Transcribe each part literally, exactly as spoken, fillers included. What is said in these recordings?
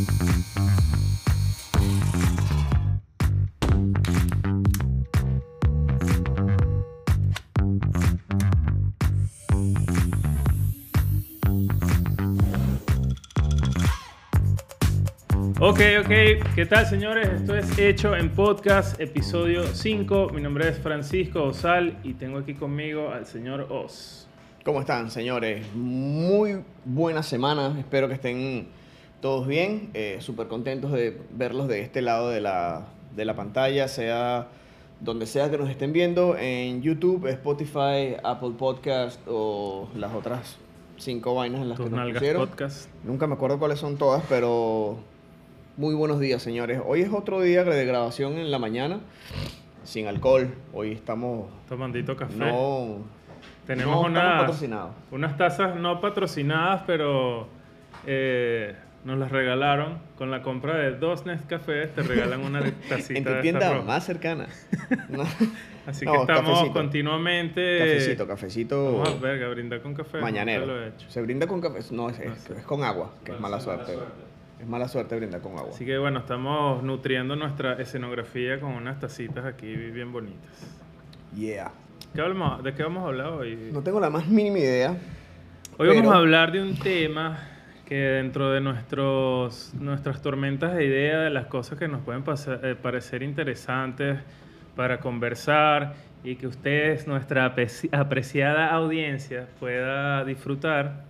Ok, ok. ¿Qué tal, señores? Esto es Hecho en Podcast, episodio cinco. Mi nombre es Francisco Osal y tengo aquí conmigo al señor Oz. ¿Cómo están, señores? Muy buena semana. Espero que estén todos bien. Eh, Súper contentos de verlos de este lado de la, de la pantalla, sea donde sea que nos estén viendo, en YouTube, Spotify, Apple Podcast o las otras cinco vainas en las Tus que nos nalgas pusieron. podcast. Nunca me acuerdo cuáles son todas, pero muy buenos días, señores. Hoy es otro día de grabación en la mañana, sin alcohol. Hoy estamos... Tomandito café. No... Tenemos no unas, estamos patrocinados. unas tazas no patrocinadas, pero eh, nos las regalaron. Con la compra de dos Nescafé te regalan una tacita en tu de tienda esta roja. más cercana. No. Así No, que estamos cafecito. continuamente... Cafecito, cafecito. Vamos a ver, a brindar con café. Mañanero. Nunca lo he hecho. Se brinda con café. No, es, No es, sé. es con agua, que No es mala sé, suerte. Es mala suerte brindar con agua. Así que bueno, estamos nutriendo nuestra escenografía con unas tacitas aquí bien bonitas. Yeah. ¿Qué hablamos- ¿De qué vamos a hablar hoy? No tengo la más mínima idea. Hoy pero- vamos a hablar de un tema que dentro de nuestros, nuestras tormentas de ideas, de las cosas que nos pueden pasar- eh, parecer interesantes para conversar y que ustedes, nuestra apreci- apreciada audiencia, pueda disfrutar.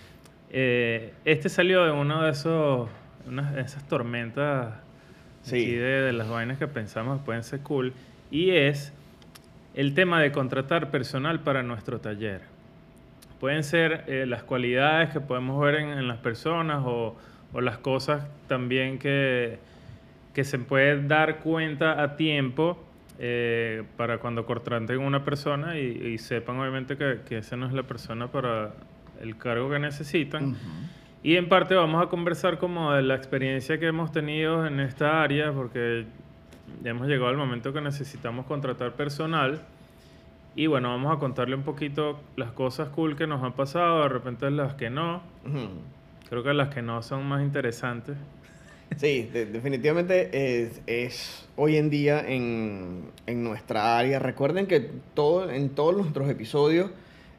Eh, este salió de uno de esos, una de esas tormentas Sí. aquí de, de las vainas que pensamos que pueden ser cool, y es el tema de contratar personal para nuestro taller. Pueden ser eh, las cualidades que podemos ver en, en las personas o, o las cosas también que, que se puede dar cuenta a tiempo eh, para cuando contraten una persona y, y sepan obviamente que, que esa no es la persona para el cargo que necesitan. Ujú. Y en parte vamos a conversar como de la experiencia que hemos tenido en esta área, porque ya hemos llegado al momento que necesitamos contratar personal. Y bueno, vamos a contarle un poquito las cosas cool que nos han pasado, de repente las que no. Ujú. Creo que las que no son más interesantes. Sí, de- definitivamente es, es hoy en día en, en nuestra área. Recuerden que todo, en todos nuestros episodios,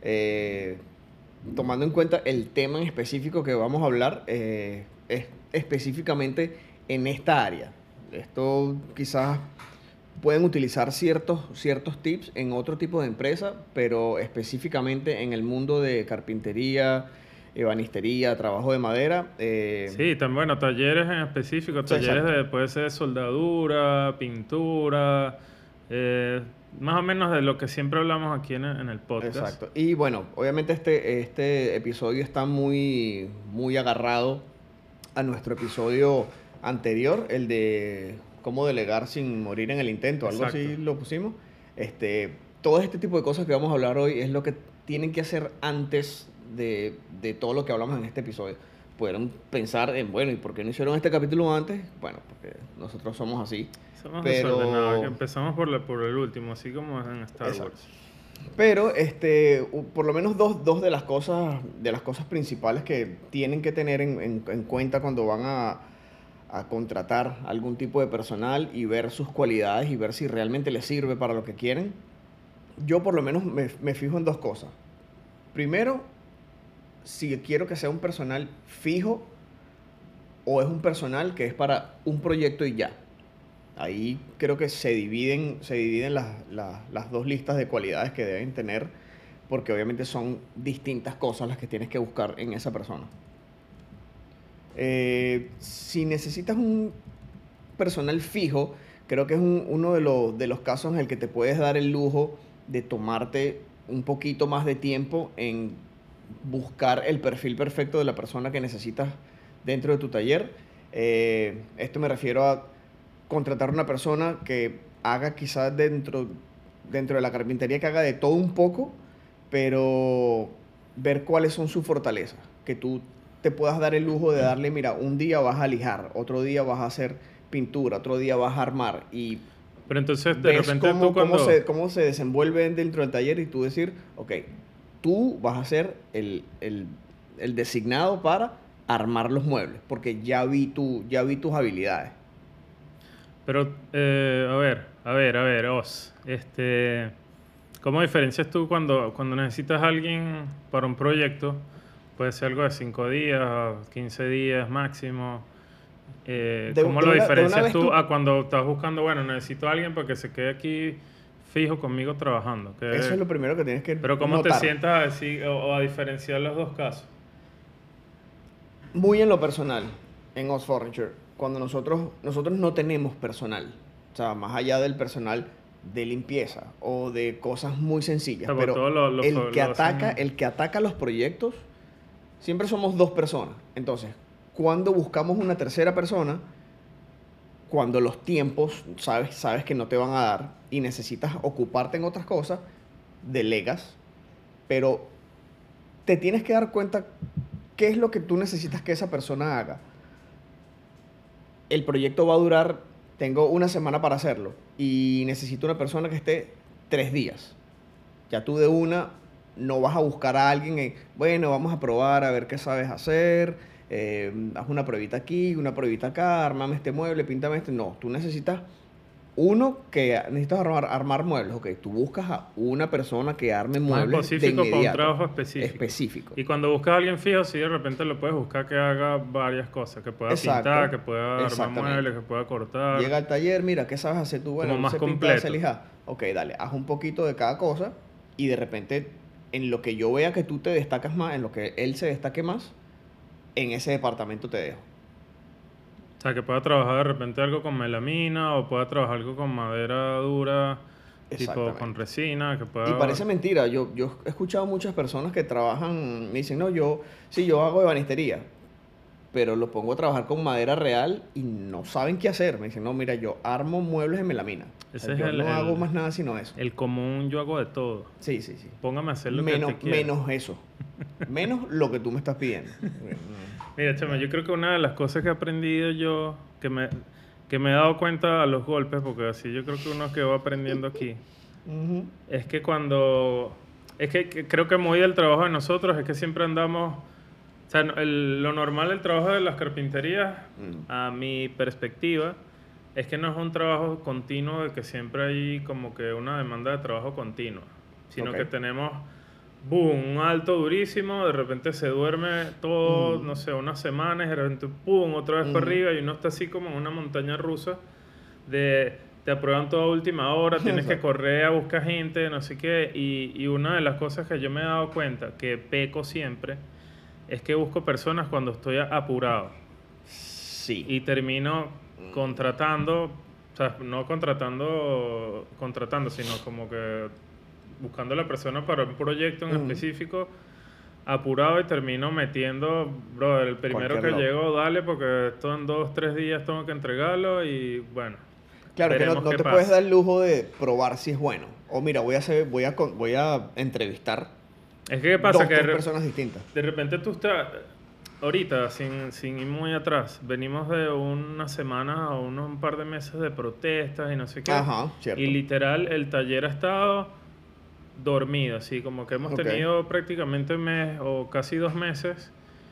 eh, tomando en cuenta el tema en específico que vamos a hablar, eh, es específicamente en esta área. Esto quizás pueden utilizar ciertos, ciertos tips en otro tipo de empresa, pero específicamente en el mundo de carpintería, ebanistería, trabajo de madera. eh, Sí, también, bueno, talleres en específico, Sí, talleres exacto. de, puede ser de soldadura, pintura, eh, más o menos de lo que siempre hablamos aquí en, el- en el podcast. Exacto. Y bueno, obviamente este, este episodio está muy, muy agarrado a nuestro episodio anterior, el de cómo delegar sin morir en el intento, algo así Exacto. lo pusimos. Este, todo este tipo de cosas que vamos a hablar hoy es lo que tienen que hacer antes de, de todo lo que hablamos en este episodio. Pudieron pensar en, bueno, ¿y por qué no hicieron este capítulo antes? Bueno, porque nosotros somos así. Somos Pero- desordenados, que empezamos por, la- por el último, así como es en Star Exacto. Wars. Pero este, u- por lo menos dos, dos de las cosas, de las cosas principales que tienen que tener en, en- en cuenta cuando van a, a contratar algún tipo de personal y ver sus cualidades y ver si realmente les sirve para lo que quieren. Yo por lo menos me, me fijo en dos cosas. Primero, si quiero que sea un personal fijo o es un personal que es para un proyecto y ya. Ahí creo que se dividen, se dividen las, las- las dos listas de cualidades que deben tener, porque obviamente son distintas cosas las que tienes que buscar en esa persona. Eh, si necesitas un personal fijo, creo que es un- uno de los, de los casos en el que te puedes dar el lujo de tomarte un poquito más de tiempo en buscar el perfil perfecto de la persona que necesitas dentro de tu taller. Eh, esto me refiero a contratar una persona que haga quizás dentro, dentro de la carpintería, que haga de todo un poco, pero ver cuáles son sus fortalezas, que tú te puedas dar el lujo de darle, mira, un día vas a lijar, otro día vas a hacer pintura, otro día vas a armar, y Pero entonces, de ves repente cómo, tú cuando... cómo, se, cómo se desenvuelve dentro del taller y tú decir, ok, tú vas a ser el, el, el designado para armar los muebles, porque ya vi, tu, ya vi tus habilidades. Pero, eh, a ver, a ver, a ver, Os, este, ¿cómo diferencias tú cuando, cuando necesitas a alguien para un proyecto? Puede ser algo de cinco días, quince días máximo. Eh, De, ¿Cómo de lo una, de una diferencias vez tú tú... a cuando estás buscando, bueno, necesito a alguien para que se quede aquí fijo conmigo trabajando? Que, Eso es lo primero que tienes que pero ¿cómo notar. te sientas a decir o, o a diferenciar los dos casos? Muy en lo personal, en Oz Furniture, cuando nosotros, nosotros no tenemos personal, o sea, más allá del personal de limpieza o de cosas muy sencillas, O sea, por pero todo lo, lo, el que lo ataca, hacen- el que ataca los proyectos, siempre somos dos personas. Entonces, cuando buscamos una tercera persona, cuando los tiempos sabes, sabes que no te van a dar y necesitas ocuparte en otras cosas, delegas, pero te tienes que dar cuenta qué es lo que tú necesitas que esa persona haga. El proyecto va a durar, tengo una semana para hacerlo y necesito una persona que esté tres días. Ya tú de una no vas a buscar a alguien, en, bueno, vamos a probar a ver qué sabes hacer, eh, haz una pruebita aquí, una pruebita acá, armame este mueble, píntame este. No, tú necesitas uno que necesitas armar, armar muebles. Ok, tú buscas a una persona que arme más muebles de específico para un inmediato. trabajo específico. Específico. Y cuando buscas a alguien fijo, sí, de repente lo puedes buscar que haga varias cosas, que pueda Exacto, pintar, que pueda armar exactamente. muebles, que pueda cortar. Llega al taller, mira, ¿qué sabes hacer tú? Bueno, Como no más sé pintar, sé completo. lijar. Ok, dale, haz un poquito de cada cosa y de repente, en lo que yo vea que tú te destacas más, en lo que él se destaque más, en ese departamento te dejo. O sea, que pueda trabajar de repente algo con melamina o pueda trabajar algo con madera dura, tipo con Exactamente. resina, que pueda... Y parece mentira, yo, yo he escuchado muchas personas que trabajan, me dicen, no, yo, sí, yo hago ebanistería, pero lo pongo a trabajar con madera real y no saben qué hacer. Me dicen, no, mira, yo armo muebles en melamina. O sea, Ese es yo el, no hago el, más nada sino eso. el común, yo hago de todo. Sí, sí, sí. Póngame a hacer lo que Menos, te quiera. menos eso. Menos lo que tú me estás pidiendo. Mira, chama, yo creo que una de las cosas que he aprendido yo, que me, que me he dado cuenta a los golpes, porque así yo creo que uno que va aprendiendo aquí, Ujú. es que cuando... Es que, que creo que muy del trabajo de nosotros es que siempre andamos... O sea, no- el- lo normal del trabajo de las carpinterías, Mm. a mi perspectiva, es que no es un trabajo continuo de que siempre hay como que una demanda de trabajo continua, sino Ok. que tenemos, boom, un alto durísimo, de repente se duerme todo, Mm. no sé, unas semanas, de repente, boom, otra vez para Ujú. arriba y uno está así como en una montaña rusa de te aprueban toda última hora, tienes que Exacto. correr a buscar gente, no sé qué, y, y una de las cosas que yo me he dado cuenta, que peco siempre, es que busco personas cuando estoy apurado Sí. y termino contratando, o sea, no contratando, contratando, sino como que buscando a la persona para un proyecto en Ujú. específico, apurado y termino metiendo, brother, el primero Cualquier que loco. llego, dale, porque esto en dos, tres días tengo que entregarlo y bueno, Claro, que no, veremos no qué te pasa. puedes dar el lujo de probar si es bueno. O mira, voy a hacer, voy a, con- voy a entrevistar Es que qué pasa dos, que de, tres re- personas distintas. de repente tú estás, ahorita, sin, sin ir muy atrás, venimos de unas semanas o unos un par de meses de protestas y no sé qué. Ajá, cierto. Y literal, el taller ha estado dormido, así como que hemos Ok. tenido prácticamente un mes o casi dos meses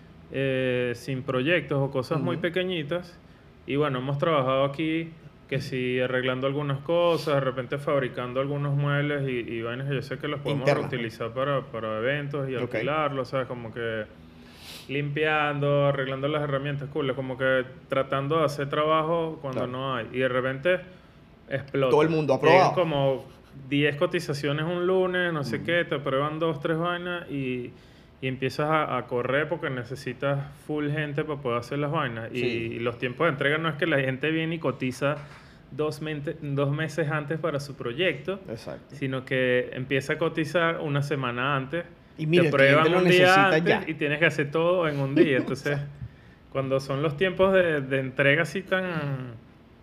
eh, sin proyectos o cosas muy Ujú. pequeñitas. Y bueno, hemos trabajado aquí, que sí, arreglando algunas cosas, de repente fabricando algunos muebles y, y vainas que yo sé que los podemos Internas, reutilizar para, para eventos y Ok. alquilarlos, ¿sabes? Como que limpiando, arreglando las herramientas, cool, como que tratando de hacer trabajo cuando Claro. no hay. Y de repente explota. Todo el mundo ha Llegan probado. como diez cotizaciones un lunes, no sé Mm. qué, te aprueban dos, tres vainas y, y empiezas a, a correr porque necesitas full gente para poder hacer las vainas. Y, Sí. los tiempos de entrega no es que la gente viene y cotiza dos, mente- dos meses antes para su proyecto, Exacto. sino que empieza a cotizar una semana antes. Y mira, te el cliente prueban lo un día necesita antes ya. y tienes que hacer todo en un día. Entonces, cuando son los tiempos de, de entrega así tan...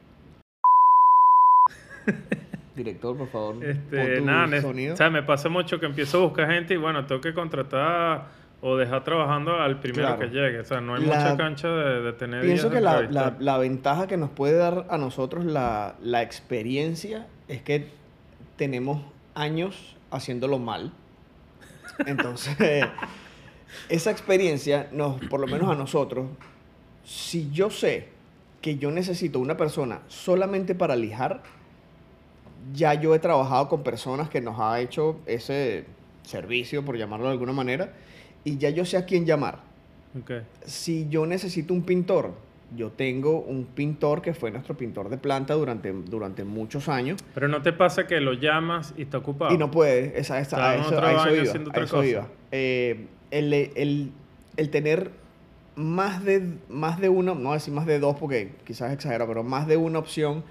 Director, por favor, pon Este, tu nada, ne- sonido. o sea, me pasa mucho que empiezo a buscar gente y bueno, tengo que contratar o dejar trabajando al primero Claro. que llegue. O sea, no hay La- mucha cancha de, de tener Pienso días que de la, entrevistar. la- la ventaja que nos puede dar a nosotros la, la experiencia es que tenemos años haciéndolo mal. Entonces, esa experiencia, nos, por lo menos a nosotros, si yo sé que yo necesito una persona solamente para lijar, ya yo he trabajado con personas que nos ha hecho ese servicio, por llamarlo de alguna manera, y ya yo sé a quién llamar. Okay. Si yo necesito un pintor, yo tengo un pintor que fue nuestro pintor de planta durante, durante muchos años. Pero no te pasa que lo llamas y está ocupado. Y no puede, esa, esa, Está a en eso, otro a eso baño iba. haciendo A otra eso cosa. iba. Eh, el, el, el tener más de, más de una, no voy a decir más de dos porque quizás exagero, pero más de una opción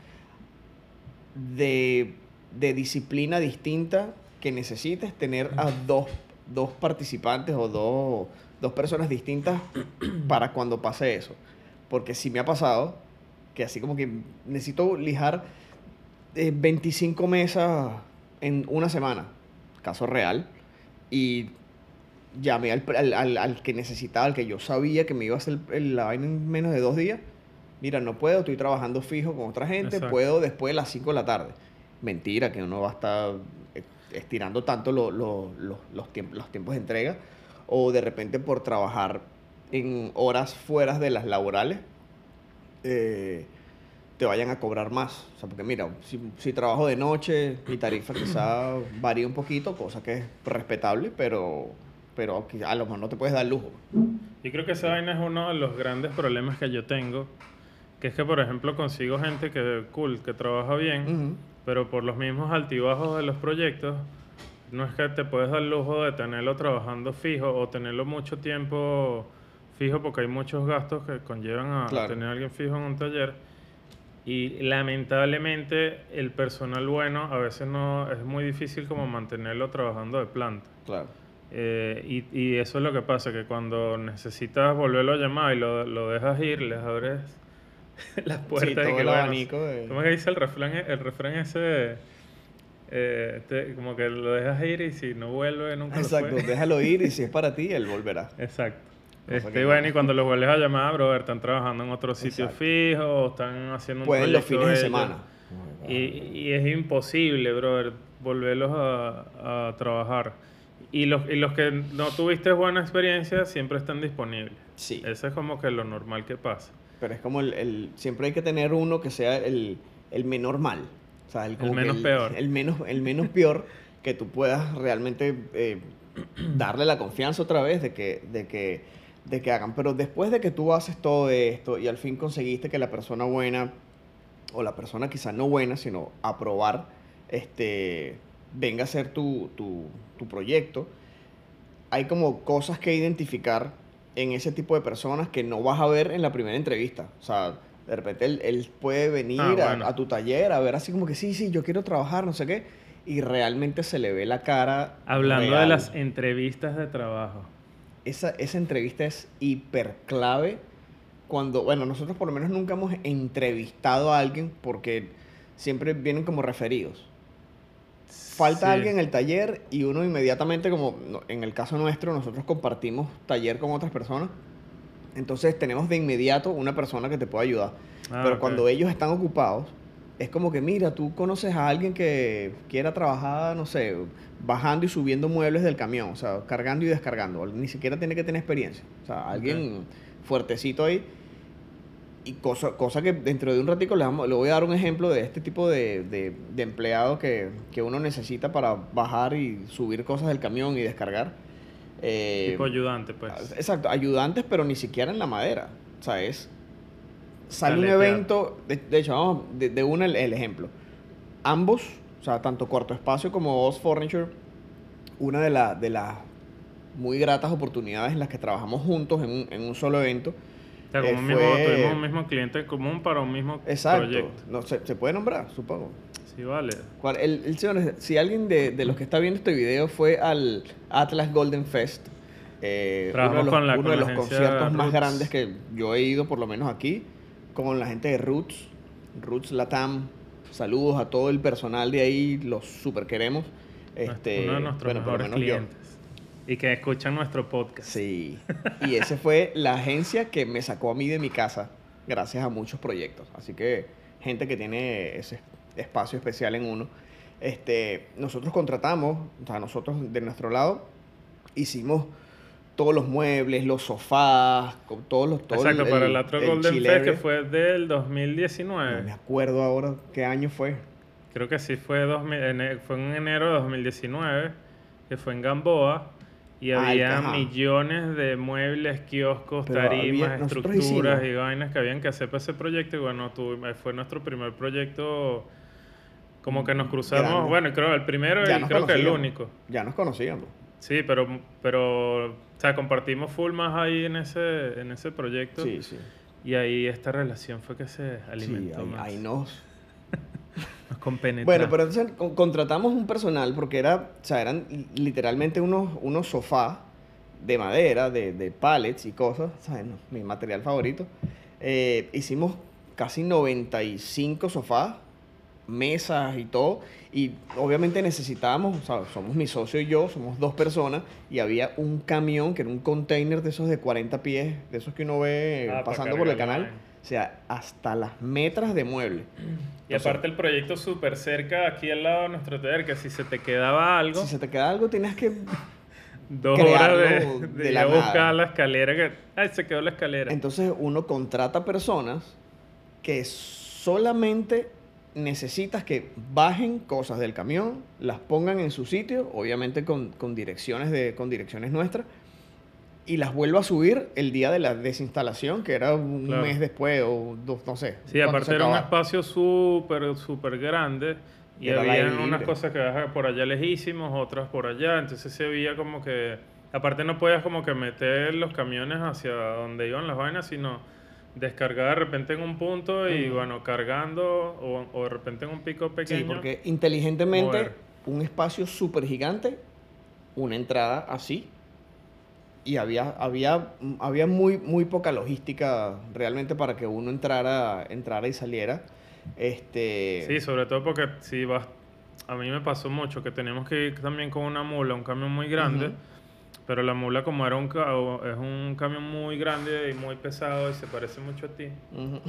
de, de disciplina distinta que necesites tener a dos, dos participantes o dos, dos personas distintas para cuando pase eso. Porque sí me ha pasado que así como que necesito lijar eh, veinticinco mesas en una semana, caso real, y llamé al, al, al, al que necesitaba, al que yo sabía que me iba a hacer el- la vaina en menos de dos días. Mira, no puedo, estoy trabajando fijo con otra gente, Exacto. puedo después de las cinco de la tarde. Mentira, que uno va a estar eh, estirando tanto lo- lo- lo- los, tiempos, los tiempos de entrega, o de repente por trabajar en horas fuera de las laborales, eh, te vayan a cobrar más. O sea, porque mira, si, si trabajo de noche, mi tarifa quizá varía un poquito, cosa que es respetable, pero, pero qui- a lo mejor no te puedes dar lujo. Yo creo que esa vaina es uno de los grandes problemas que yo tengo, que es que, por ejemplo, consigo gente que, cool, que trabaja bien, Ujú. pero por los mismos altibajos de los proyectos, no es que te puedes dar el lujo de tenerlo trabajando fijo o tenerlo mucho tiempo fijo, porque hay muchos gastos que conllevan a, a Claro, tener a alguien fijo en un taller. Y lamentablemente el personal bueno a veces no es muy difícil como mantenerlo trabajando de planta. claro. Eh, y, y eso es lo que pasa, que cuando necesitas volverlo a llamar y lo, lo dejas ir, les abres las Sí, puertas y todo que el bueno, abanico de... ¿cómo es que dice el refrán? El refrán ese, eh, te- como que lo dejas ir y si no vuelve nunca lo Exacto, fue. déjalo ir y si es para ti, él volverá. Exacto. Cosa Este, que bueno, y no. cuando los vuelves a llamar, brother, están trabajando en otro sitio Exacto. fijo, o están haciendo un Pueden los proyecto fines de ellos. semana. Y, y es imposible, brother, volverlos a, a trabajar. Y los, y los que no tuviste buena experiencia siempre están disponibles. Sí, Eso es como que lo normal que pasa. pero es como el, el- siempre hay que tener uno que sea el, el menor mal. O sea, el, El como que menos el, peor. el menos, el menos peor que tú puedas realmente eh, darle la confianza otra vez de que, de que, de que hagan. Pero después de que tú haces todo esto y al fin conseguiste que la persona buena, o la persona quizá no buena, sino aprobar, este, venga a ser tu, tu, tu proyecto, hay como cosas que identificar en ese tipo de personas que no vas a ver en la primera entrevista. O sea, de repente él, él puede Ah, venir a, bueno. a tu taller a ver así como que sí, sí, yo quiero trabajar, no sé qué, y realmente se le ve la cara Hablando de real. las entrevistas de trabajo. Esa, esa entrevista es hiper clave cuando, bueno, nosotros por lo menos nunca hemos entrevistado a alguien porque siempre vienen como referidos. Falta Sí. alguien en el taller y uno inmediatamente, como no- en el caso nuestro, nosotros compartimos taller con otras personas. Entonces tenemos de inmediato una persona que te puede ayudar. Ah, Pero ok. cuando ellos están ocupados, es como que, mira, tú conoces a alguien que quiera trabajar, no sé, bajando y subiendo muebles del camión, o sea, cargando y descargando. Ni siquiera tiene que tener experiencia. O sea, alguien fuertecito ahí. Y cosa, cosa que dentro de un ratico le, vamos- le voy a dar un ejemplo de este tipo de, de, de empleado que, que uno necesita para bajar y subir cosas del camión y descargar. Eh, Tipo ayudante, pues. exacto, ayudantes, pero ni siquiera en la madera. O sea, es... Sale un Caletear. evento, de, de hecho, vamos, de, de una el, el ejemplo. Ambos, o sea, tanto Cuarto Espacio como Oz Furniture, una de, la- de las muy gratas oportunidades en las que trabajamos juntos en un, en un solo evento. O sea, eh, como un mismo, fue- tuvimos un mismo cliente en común para un mismo Exacto. proyecto. No, se, se puede nombrar, supongo. Sí, vale. ¿Cuál- El, el señor, si alguien de, de los que está viendo este video fue al Atlas Golden Fest, eh, uno de Trabajamos los, con la- uno con de la los agencia conciertos más Roots. grandes que yo he ido, por lo menos aquí, con la gente de Roots, Roots Latam. Saludos a todo el personal de ahí, los super queremos. Este, Uno de nuestros bueno, por lo mejores menos yo. clientes. Y que escuchan nuestro podcast. Sí. Y ese fue la agencia que me sacó a mí de mi casa gracias a muchos proyectos. Así que gente que tiene ese espacio especial en uno. Este, nosotros contratamos, o sea, nosotros de nuestro lado hicimos todos los muebles, los sofás, con todos los... Todo Exacto, el, para el, el otro el Golden chill Fest que area. fue del dos mil No diecinueve. me acuerdo ahora qué año fue. Creo que sí fue, dos mil, ene- fue en enero de dos mil diecinueve, que fue en Gamboa, y Ah, el había Cajá. millones de muebles, kioscos, Pero había- tarimas, nosotros estructuras hicimos- y vainas que habían que hacer para ese proyecto. Y bueno, tuvi- fue nuestro primer proyecto, como que nos cruzamos, Grande. bueno, creo el primero Ya y nos creo que el conocíamos. único. Ya nos conocíamos. Sí, pero, pero, o sea, compartimos full más ahí en ese, en ese proyecto. Sí, sí. Y ahí esta relación fue que se Sí, alimentó ahí, más. ahí nos... Nos compenetramos. Bueno, pero entonces con- contratamos un personal porque era, o sea, eran literalmente unos, unos sofás de madera, de, de pallets y cosas, ¿sabes? No, mi material favorito. Eh, hicimos casi noventa y cinco sofás, mesas y todo, y obviamente necesitábamos, o sea, somos mi socio y yo, somos dos personas, y había un camión que era un container de esos de cuarenta pies, de esos que uno ve Ah, pa' pasando por el cargar la canal, vaina. o sea, hasta las metras de mueble. Y aparte el proyecto súper cerca, aquí al lado de nuestro taller, que si se te quedaba algo, Si se te queda algo, tienes que... dos horas crearlo de, de, de ir la a buscar nada. la escalera, que, ay, se quedó la escalera. Entonces uno contrata personas que solamente necesitas que bajen cosas del camión, las pongan en su sitio, obviamente con, con direcciones de, con direcciones nuestras, y las vuelva a subir el día de la desinstalación, que era un Claro. mes después o dos, no sé. Sí, cuando aparte se era un acababa. espacio súper, súper grande. Y Era al había aire unas libre. cosas que bajaban por allá lejísimos, otras por allá. Entonces se veía como que... Aparte no podías como que meter los camiones hacia donde iban las vainas, sino descargar de repente en un punto y Ujú. bueno, cargando o, o de repente en un pico pequeño. Sí, porque inteligentemente mover. un espacio súper gigante, una entrada así, y había, había, había muy, muy poca logística realmente para que uno entrara, entrara y saliera. Este, Sí, sobre todo porque si vas... A mí me pasó mucho que teníamos que ir también con una mula, un camión muy grande. Ujú. Pero la mula como era un, ca- o- es un camión muy grande y muy pesado y se parece mucho a ti. Ujú.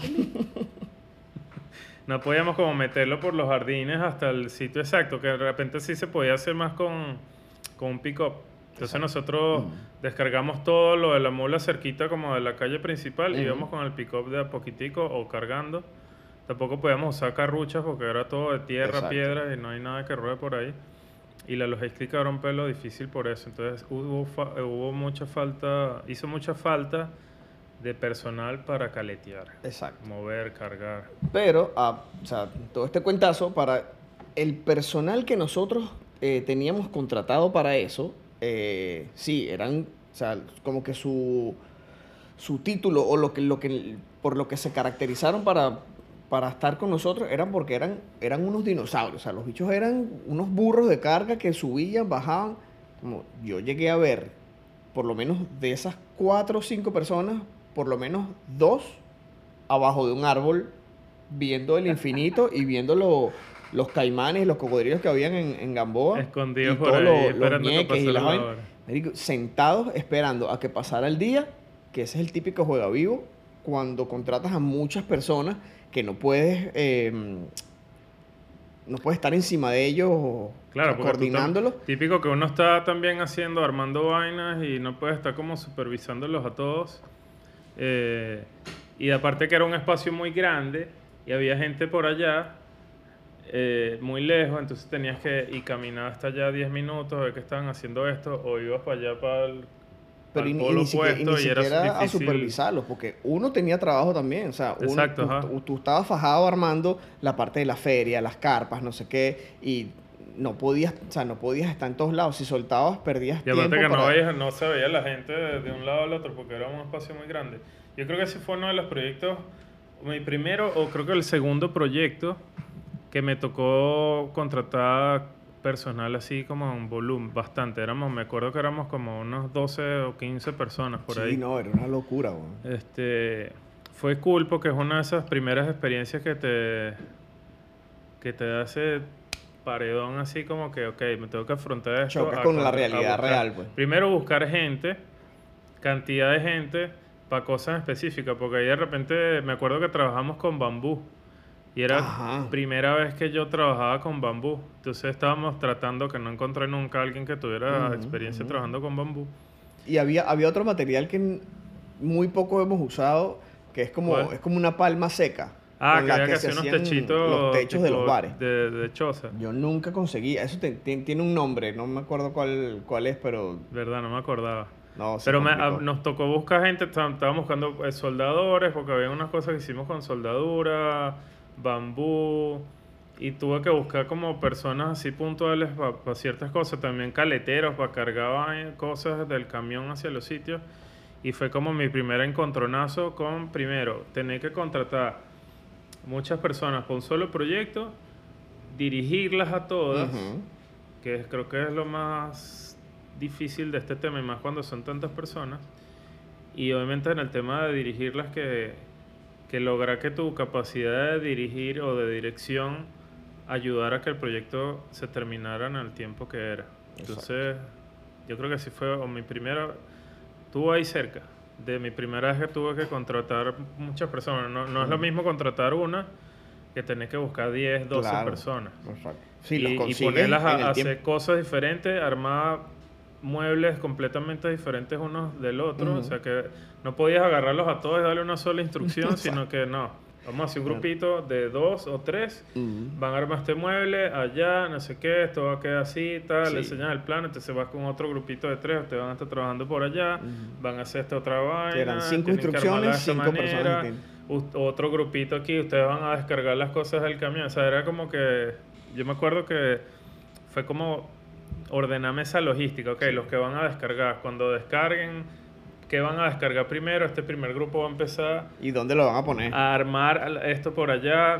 No podíamos como meterlo por los jardines hasta el sitio exacto, que de repente sí se podía hacer más con, con un pick-up. Entonces Exacto. nosotros Mm. descargamos todo lo de la mula cerquita como de la calle principal y Ujú. íbamos con el pick-up de a poquitico o cargando. Tampoco podíamos usar carruchas porque era todo de tierra, Exacto. piedra y no hay nada que ruede por ahí. Y la logística era un pelo difícil por eso. Entonces hubo, fa- hubo mucha falta, hizo mucha falta de personal para caletear, Exacto. mover, cargar. Pero, ah, o sea, todo este cuentazo, para el personal que nosotros eh, teníamos contratado para eso, eh, sí, eran, o sea, como que su, su título o lo que, lo que, por lo que se caracterizaron para, para estar con nosotros eran porque eran, eran unos dinosaurios. O sea, los bichos eran unos burros de carga que subían, bajaban. Como yo llegué a ver, por lo menos de esas cuatro o cinco personas, por lo menos dos abajo de un árbol, viendo el infinito y viendo lo- los caimanes y los cocodrilos que habían en, en Gamboa. Escondidos y por todos ahí, los- los esperando que ñeques y pasara las la vainas. hora. Marico, sentados esperando a que pasara el día, que ese es el típico juega vivo, cuando contratas a muchas personas que no puedes, eh, no puedes estar encima de ellos o Claro, o porque tú tam- coordinándolos. típico que uno está también haciendo, armando vainas y no puede estar como supervisándolos a todos. Eh, y aparte que era un espacio muy grande y había gente por allá, eh, muy lejos, entonces tenías que ir caminar hasta allá diez minutos, a ver que estaban haciendo esto, o ibas para allá para el, Pero al y, ni- y polo ni siquiera, y ni opuesto y era siquiera a difícil. supervisarlos, porque uno tenía trabajo también, o sea, uno- Exacto, tú, ajá. tú- tú estabas fajado armando la parte de la feria, las carpas, no sé qué, y no podías, o sea, no podías estar en todos lados, si soltabas perdías Y tiempo aparte que no, para... veías- no se veía la gente de, de un lado al otro porque era un espacio muy grande. Yo creo que ese fue uno de los proyectos, mi primero o creo que el segundo proyecto que me tocó contratar personal así como en volumen, bastante. Éramos, me acuerdo que éramos como unos doce o quince personas por Sí, ahí. no, era una locura, güey. Este, fue cool porque es una de esas primeras experiencias que te que te hace paredón así como que, ok, me tengo que afrontar esto. Chocas a con la con- a realidad buscar- real, pues. Primero buscar gente, cantidad de gente para cosas específicas, porque ahí de repente me acuerdo que trabajamos con bambú. Y era Ajá. primera vez que yo trabajaba con bambú. Entonces estábamos tratando, que no encontré nunca a alguien que tuviera Ujú, experiencia ujú. trabajando con bambú. Y había, había otro material que n- muy poco hemos usado, que es como, ¿Cuál? es como una palma seca, Ah, con que la había que que se hacer unos hacían los techitos techos de los tipo bares. de, de choza. Yo nunca conseguí, eso te- ti- tiene un nombre, no me acuerdo cuál, cuál es, pero ¿Verdad? No me acordaba. no, se Pero me- a- complicó. nos tocó buscar gente, tá- estábamos buscando eh, soldadores, porque había unas cosas que hicimos con soldadura, bambú, y tuve que buscar como personas así puntuales para ciertas cosas, también caleteros para cargar eh, cosas del camión hacia los sitios. Y fue como mi primer encontronazo con, primero, tener que contratar muchas personas por un solo proyecto, dirigirlas a todas, Ujú. que es- creo que es lo más difícil de este tema, y más cuando son tantas personas. Y obviamente en el tema de dirigirlas, que, que lograr que tu capacidad de dirigir o de dirección ayudara a que el proyecto se terminara en el tiempo que era. Entonces, yo creo que así fue, o mi primera, estuvo ahí cerca. De mi primera vez que tuve que contratar muchas personas. No, no es lo Ujú. mismo contratar una que tener que buscar diez, doce Claro, personas. exacto. Sí, Y, los y consigues ponerlas en a, el a hacer tiempo. cosas diferentes, armar muebles completamente diferentes unos del otro. O Ujú. sea que no podías agarrarlos a todos y darle una sola instrucción, sino Exacto. que no. Vamos a hacer un Claro. grupito de dos o tres, Ujú. van a armar este mueble allá, no sé qué, esto va a quedar así, tal, Sí. le enseñas el plan, entonces vas con otro grupito de tres, ustedes van a estar trabajando por allá, Ujú. van a hacer esta otra vaina, Eran cinco tienen que armarla de instrucciones, esta cinco personas manera, distintas. u- otro grupito aquí, ustedes van a descargar las cosas del camión, o sea, era como que, yo me acuerdo que fue como ordenarme esa logística, ok, Sí. los que van a descargar, cuando descarguen, ¿qué van a descargar primero? Este primer grupo va a empezar ¿Y dónde lo van a poner? a armar al- esto por allá.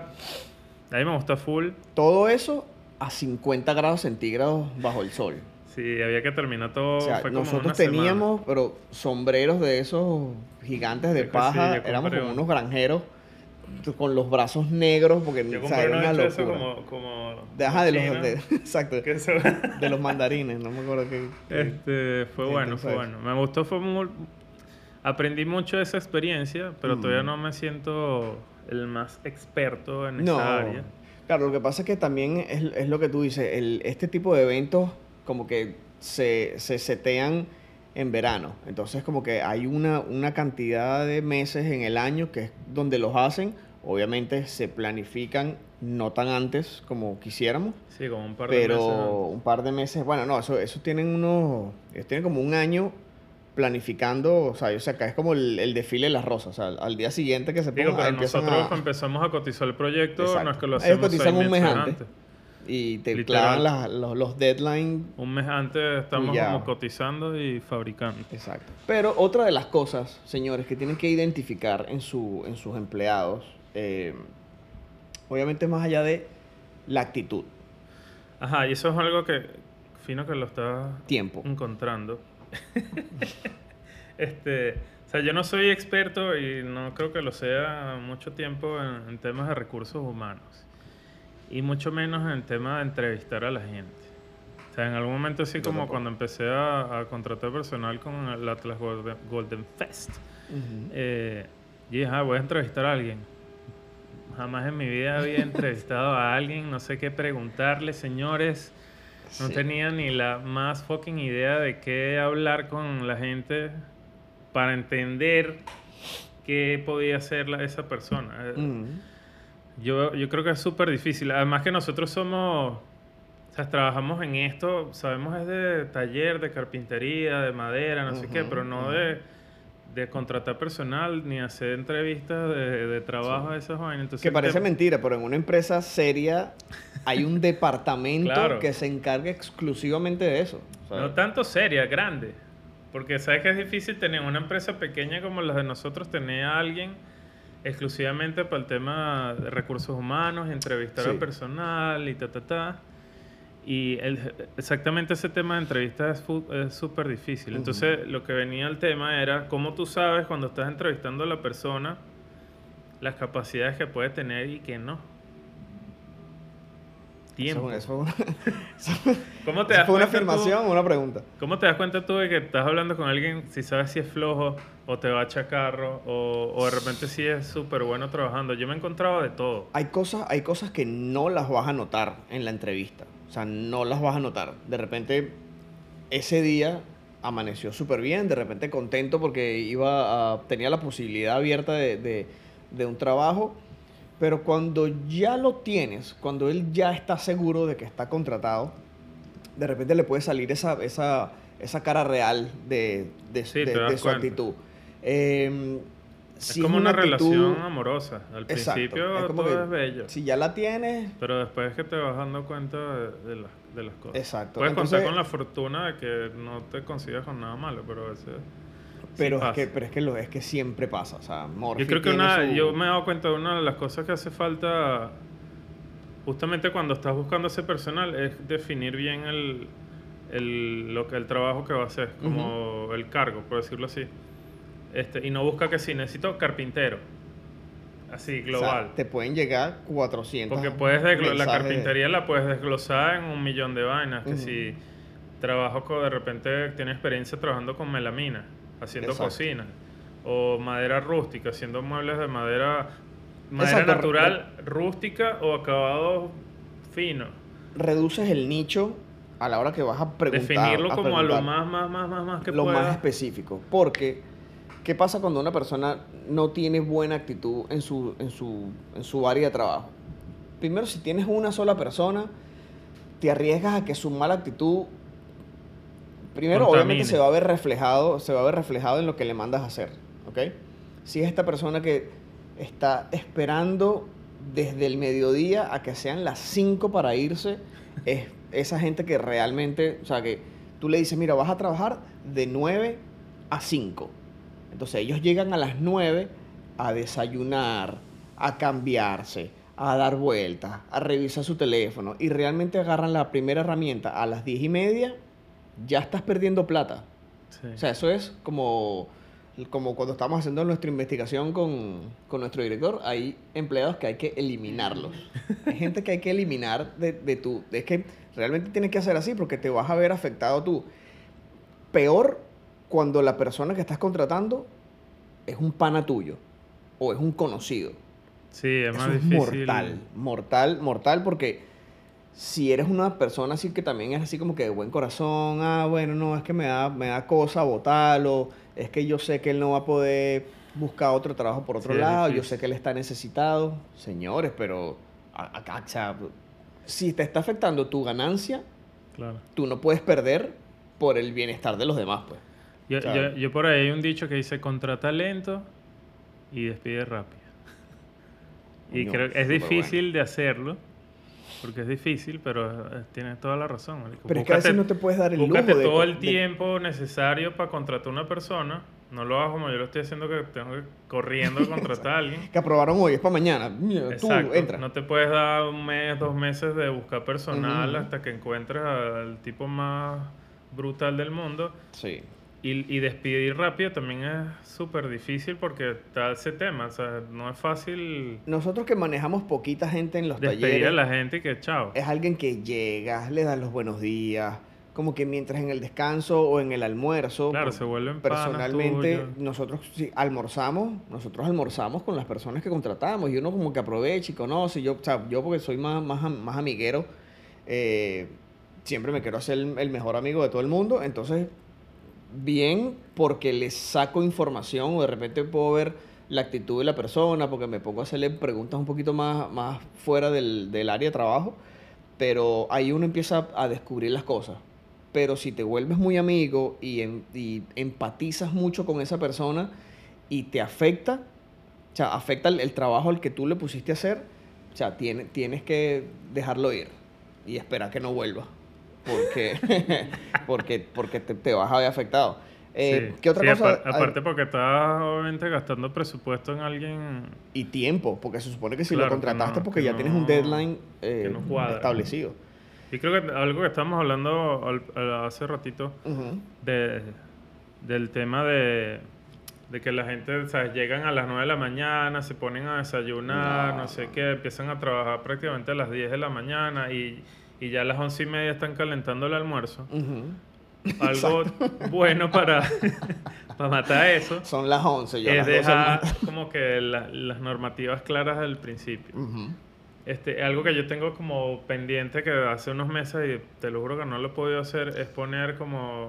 A mí me gusta full. Todo eso a cincuenta grados centígrados bajo el sol. Sí, había que terminar todo. O sea, Fue como nosotros una semana. teníamos, pero sombreros de esos gigantes de Creo que paja, sí, yo éramos compré como uno. unos granjeros t- con los brazos negros, porque Yo o sea, compré era uno una hecho de eso locura. como, como De, ajá, de los, China, de, exacto, que eso- de los mandarines, no me acuerdo qué. qué- este, fue qué bueno, intenso fue es. bueno. Me gustó, fue muy... Aprendí mucho de esa experiencia, pero Mm. todavía no me siento el más experto en No, esa área. claro, lo que pasa es que también es, es lo que tú dices, el, este tipo de eventos como que se, se setean en verano, entonces como que hay una, una cantidad de meses en el año que es donde los hacen, obviamente se planifican no tan antes como quisiéramos, Sí, como un par de meses pero antes. un par de meses, bueno, no, eso, eso tienen unos, ellos tienen como un año planificando, o sea, o sea, acá es como el, el desfile de las rosas, o sea, al, al día siguiente que se Digo, ponga, pero empiezan nosotros a... empezamos a cotizar el proyecto, no es Exacto. que lo Ellos hacemos cotizan seis un mes meses antes. antes. Y te Literal. clavan las- los, los deadlines. Un mes antes estamos Ya. como cotizando y fabricando. Exacto. Pero otra de las cosas, señores, que tienen que identificar en, su, en sus empleados, eh, obviamente más allá de la actitud, Ajá, y eso es algo que, fino que lo estás tiempo. encontrando. este, o sea, yo no soy experto y no creo que lo sea mucho tiempo en, en temas de recursos humanos. Y mucho menos en el tema de entrevistar a la gente. O sea, en algún momento así Yo como tampoco. cuando empecé a, a contratar personal con el Atlas Golden, Golden Fest, Ujú. eh, y dije, ah, voy a entrevistar a alguien. Jamás en mi vida había entrevistado a alguien, no sé qué preguntarle, señores. No Sí. tenía ni la más fucking idea de qué hablar con la gente para entender qué podía hacer la- esa persona. Eh, Ujú. Yo, yo creo que es súper difícil. Además que nosotros somos, o sea, trabajamos en esto, sabemos es de taller, de carpintería, de madera, no sé qué, Ujú, pero no ujú. de, de contratar personal ni hacer entrevistas de, de trabajo Sí. a esas vainas. Entonces, Que parece te- mentira, pero en una empresa seria hay un departamento Claro. que se encarga exclusivamente de eso. ¿sabes? No tanto seria, grande. Porque sabes que es difícil tener una empresa pequeña como la de nosotros, tener a alguien exclusivamente para el tema de recursos humanos, entrevistar Sí. al personal y ta, ta, ta. Y el- exactamente ese tema de entrevistas es fu- es súper difícil. Ujú. Entonces, lo que venía al tema era cómo tú sabes cuando estás entrevistando a la persona las capacidades que puede tener y que no. Tiempo. Eso, eso- eso- ¿Cómo te ¿eso das fue una cuenta tú- afirmación o una pregunta? ¿Cómo te das cuenta tú de que estás hablando con alguien si sabes si es flojo o te va a chacarro o, o de repente si es súper bueno trabajando? Yo me he encontrado de todo. Hay cosas, hay cosas que no las vas a notar en la entrevista. O sea, no las vas a notar. De repente, ese día amaneció súper bien, de repente contento porque iba a, tenía la posibilidad abierta de, de, de un trabajo, pero cuando ya lo tienes, cuando él ya está seguro de que está contratado, de repente le puede salir esa, esa, esa cara real de, de, Sí, te de, de das su cuenta. actitud. Eh, Es si es como una una actitud... relación amorosa. Al Exacto, es principio como todo que es bello, si ya la tienes, pero después es que te vas dando cuenta de, de las, de las cosas. exacto. Puedes contar Entonces, con la fortuna de que no te consigas con nada malo, pero a veces sí pero es que, pasa. pero es que lo es que siempre pasa. O sea, Yo Morphy creo que tiene una, yo su... me he dado cuenta de una de las cosas que hace falta justamente cuando estás buscando ese personal es definir bien el, el, lo que, el trabajo que va a hacer, Ujú. como el cargo, por decirlo así. Este, y no busca que si necesito carpintero, así, O sea, global. te pueden llegar cuatrocientos Porque puedes desglo- la mensajes de... carpintería la puedes desglosar en un millón de vainas. Que Ujú. si trabajo con, de repente tienes experiencia trabajando con melamina, haciendo Exacto. cocinas, o madera rústica, haciendo muebles de madera, madera Exacto. re- re- natural, rústica o acabado fino. reduces el nicho a la hora que vas a preguntar, Definirlo a como a lo preguntar más, más, más, más, más que lo más puedas. específico. Porque, ¿qué pasa cuando una persona no tiene buena actitud en su, en su, en su área de trabajo? Primero, si tienes una sola persona, te arriesgas a que su mala actitud, primero, obviamente se Contamine. va a ver reflejado, se va a ver reflejado en lo que le mandas a hacer, ¿ok? Si es esta persona que está esperando desde el mediodía a que sean las cinco para irse, es esa gente que realmente, o sea, que tú le dices, mira, vas a trabajar de nueve a cinco. Entonces ellos llegan a las nueve a desayunar, a cambiarse, a dar vueltas, a revisar su teléfono y realmente agarran la primera herramienta a las diez y media, ya estás perdiendo plata. Sí. O sea, eso es como, como cuando estamos haciendo nuestra investigación con, con nuestro director, hay empleados que hay que eliminarlos. Hay gente que hay que eliminar de, de tu... Es que realmente tienes que hacer así porque te vas a ver afectado tú. Peor cuando la persona que estás contratando es un pana tuyo o es un conocido. Sí, es más Eso es mortal, difícil. mortal, mortal porque si eres una persona así que también es así como que de buen corazón, ah, bueno, no, es que me da, me da cosa votarlo, es que yo sé que él no va a poder buscar otro trabajo por Sí, otro es lado, yo sé difícil. que él está necesitado. Señores, pero a- acá, o sea, si te está afectando tu ganancia, Claro. tú no puedes perder por el bienestar de los demás, pues. Yo, O sea, yo, yo por ahí hay un dicho que dice contrata lento y despide rápido. Y coño, creo que es súper bueno. difícil de hacerlo, porque es difícil, pero eh, tienes toda la razón, marico. Pero es que a veces Búscate, no te puedes dar el búscate lujo de, todo co- el de tiempo necesario para contratar a una persona. No lo hagas como yo lo estoy haciendo, que tengo que corriendo a contratar a alguien. que aprobaron hoy, es para mañana. Mira, tú, Exacto. entra. No te puedes dar un mes, dos meses de buscar Ujú, personal ujú. hasta que encuentres al tipo más brutal del mundo. Sí. Y, y despedir rápido también es súper difícil porque está ese tema. O sea, no es fácil Nosotros que manejamos poquita gente en los despedir a talleres, la gente y que chao. es alguien que llega, le das los buenos días, como que mientras en el descanso o en el almuerzo, Claro, por- se vuelven panas personalmente tuyos. nosotros si almorzamos, nosotros almorzamos con las personas que contratamos y uno como que aprovecha y conoce, yo, o sea, yo porque soy más, más, am- más amiguero, eh, siempre me quiero hacer el, el mejor amigo de todo el mundo, entonces bien porque les saco información o de repente puedo ver la actitud de la persona porque me pongo a hacerle preguntas un poquito más, más fuera del, del área de trabajo, pero ahí uno empieza a descubrir las cosas. Pero si te vuelves muy amigo y, em- y empatizas mucho con esa persona y te afecta, o sea, afecta el, el trabajo al que tú le pusiste a hacer, o sea, tiene- tienes que dejarlo ir y esperar que no vuelva, porque, porque, porque te, te vas a ver afectado. Eh, Sí, ¿qué otra sí, apar- cosa? Ay, aparte porque estás obviamente gastando presupuesto en alguien, y tiempo, porque se supone que si lo claro, que contrataste no, porque que ya tienes un no, deadline que eh, no cuadra. establecido. Y creo que algo que estábamos hablando al- al- hace ratito Ujú. de, del tema de, de que la gente, o sea, llegan a las nueve de la mañana, se ponen a desayunar, no No, sé no. qué, empiezan a trabajar prácticamente a las diez de la mañana y, y ya a las once y media están calentando el almuerzo. Ujú. Algo Exacto. bueno para, para matar eso Son las once, yo a es las doce almuerzo. dejar como que la- las normativas claras del principio. Ujú. Este, algo que yo tengo como pendiente que hace unos meses y te lo juro que no lo he podido hacer es poner como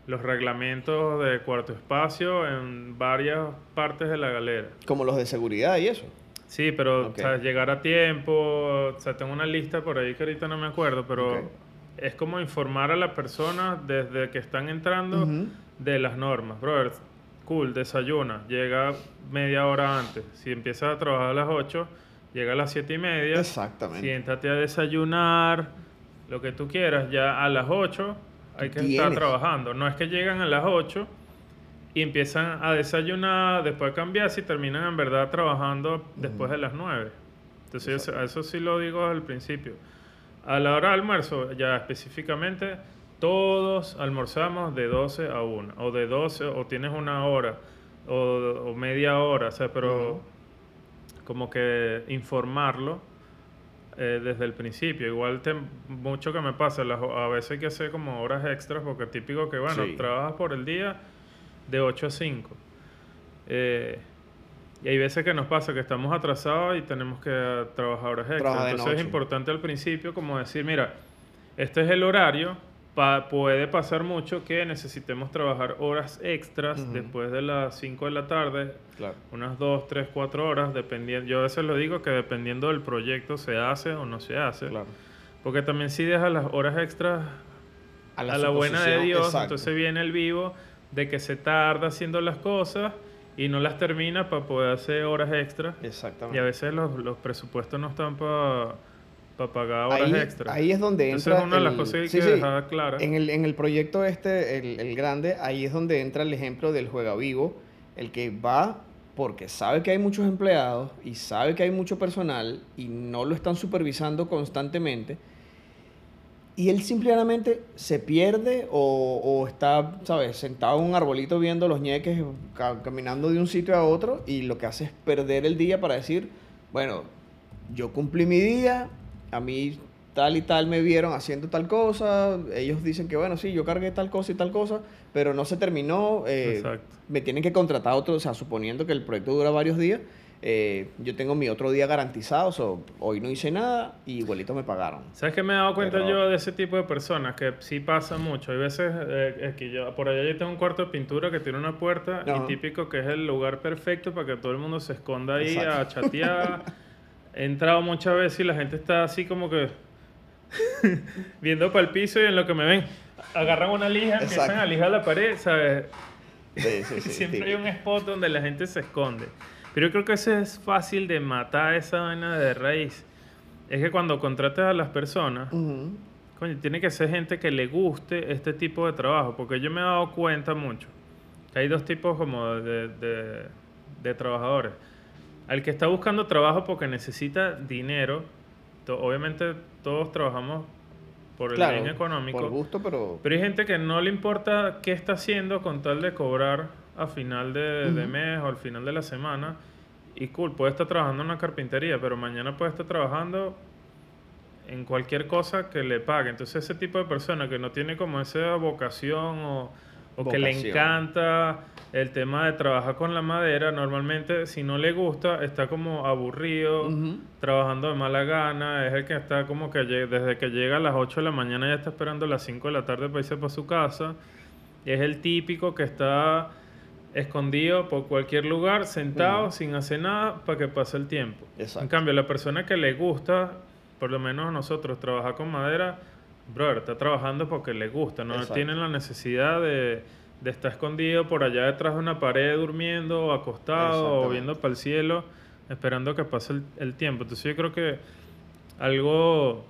los reglamentos de cuarto espacio en varias partes de la galera. Como los de seguridad y eso. Sí, pero Ok. o sea, llegar a tiempo, o sea, tengo una lista por ahí que ahorita no me acuerdo, pero Ok. es como informar a la persona desde que están entrando Ujú. de las normas. Brother, cool, desayuna, llega media hora antes. Si empiezas a trabajar a las ocho, llega a las siete y media. Exactamente. Siéntate a desayunar, lo que tú quieras, ya a las ocho hay que estar tienes. trabajando. No es que llegan a las ocho y empiezan a desayunar, después a cambiarse y terminan en verdad trabajando después de las nueve. Entonces eso, Exacto. eso sí lo digo al principio. A la hora del almuerzo, ya específicamente, todos almorzamos de doce a una, o de doce, o tienes una hora, o, o media hora, o sea, pero Ujú. como que informarlo eh, desde el principio. Igual te- mucho que me pasa, las ho- a veces hay que hacer como horas extras, porque típico que, bueno, Sí. trabajas por el día de ocho a cinco. Eh, y hay veces que nos pasa que estamos atrasados y tenemos que eh, trabajar horas extras. Trabaja de Entonces es noche. importante al principio como decir, mira, este es el horario, pa- puede pasar mucho que necesitemos trabajar horas extras Ujú. después de las cinco de la tarde, Claro. unas dos, tres, cuatro horas, dependiendo. Yo a veces lo digo que dependiendo del proyecto se hace o no se hace. Claro. Porque también si dejas las horas extras a la, buena de suposición, Dios, exacto. entonces viene el vivo de que se tarda haciendo las cosas y no las termina para poder hacer horas extras. Exactamente. Y a veces los, los presupuestos no están para pagar horas Ahí, extras. ahí es donde Entonces entra es una de las el- cosas que hay sí, que sí. dejar clara. En el, en el proyecto este, el, el grande, ahí es donde entra el ejemplo del juega vivo, el que va porque sabe que hay muchos empleados y sabe que hay mucho personal y no lo están supervisando constantemente. Y él simplemente se pierde o, o está, ¿sabes?, sentado en un arbolito viendo los ñeques ca- caminando de un sitio a otro y lo que hace es perder el día para decir, bueno, yo cumplí mi día, a mí tal y tal me vieron haciendo tal cosa, ellos dicen que bueno, sí, yo cargué tal cosa y tal cosa, pero no se terminó, eh, Exacto. me tienen que contratar otro, o sea, suponiendo que el proyecto dura varios días, eh, yo tengo mi otro día garantizado, o sea, hoy no hice nada y igualito me pagaron. ¿Sabes qué me he dado cuenta Pero- yo de ese tipo de personas? Que sí pasa mucho. Hay veces eh, es que yo, por allá yo tengo un cuarto de pintura que tiene una puerta Ajá. y típico que es el lugar perfecto para que todo el mundo se esconda ahí Exacto. a chatear. He entrado muchas veces y la gente está así como que viendo para el piso y en lo que me ven agarran una lija, empiezan Exacto. a lijar la pared, ¿sabes? Sí, sí, sí, Siempre hay típico. un spot donde la gente se esconde. Pero yo creo que eso es fácil de matar esa vaina de raíz. Es que cuando contratas a las personas, Ujú. coño, tiene que ser gente que le guste este tipo de trabajo. Porque yo me he dado cuenta mucho que hay dos tipos como de, de- de trabajadores. Al que está buscando trabajo porque necesita dinero. to- obviamente todos trabajamos por el Claro, bien económico. por gusto, pero... Pero hay gente que no le importa qué está haciendo con tal de cobrar a final de, de Ujú. mes o al final de la semana. Y cool, puede estar trabajando en una carpintería, pero mañana puede estar trabajando en cualquier cosa que le pague. Entonces ese tipo de persona que no tiene como esa vocación o, o que le Vocación. encanta el tema de trabajar con la madera, normalmente si no le gusta está como aburrido, Ujú. trabajando de mala gana, es el que está como que lle- desde que llega a las ocho de la mañana ya está esperando a las cinco de la tarde para irse para su casa. Y es el típico que está escondido por cualquier lugar, sentado, Ujú. sin hacer nada, para que pase el tiempo. Exacto. En cambio, la persona que le gusta, por lo menos a nosotros, trabajar con madera, brother, está trabajando porque le gusta, no Exacto. tienen la necesidad de, de estar escondido por allá detrás de una pared durmiendo, o acostado, o Exactamente. viendo para el cielo, esperando que pase el, el tiempo. Entonces yo creo que algo...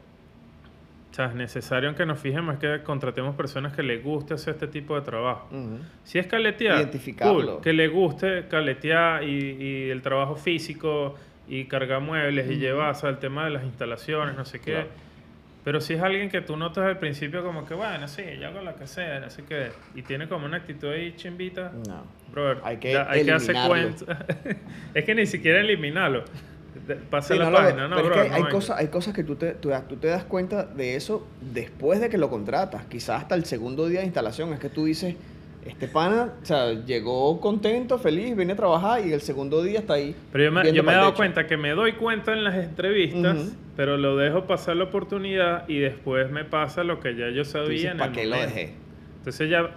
O sea, es necesario en que nos fijemos es que contratemos personas que les guste hacer este tipo de trabajo. Ujú. Si es caletear, Identificarlo. cool, que le guste caletear y, y el trabajo físico y cargar muebles y Ujú. llevar, o sea, el tema de las instalaciones, no sé qué. Claro. Pero si es alguien que tú notas al principio como que, bueno, sí, yo hago lo que sea, no sé qué, y tiene como una actitud ahí chimbita, No. brother, Hay que ya hay que hacer eliminarlo. cuenta. Es que ni siquiera eliminarlo. De- Pasa Sí, la no lo- página, ¿no, pero es bro? que No hay, venga. cosas, hay cosas que tú te, tú, tú te das cuenta de eso después de que lo contratas. Quizás hasta el segundo día de instalación. Es que tú dices, este pana, o sea, llegó contento, feliz, viene a trabajar y el segundo día está ahí. Pero yo me, viendo yo me he pa'l dado techo. cuenta que me doy cuenta en las entrevistas, Ujú. pero lo dejo pasar la oportunidad y después me pasa lo que ya yo Tú sabía dices, en ¿para el qué lo momento. dejé? Entonces ya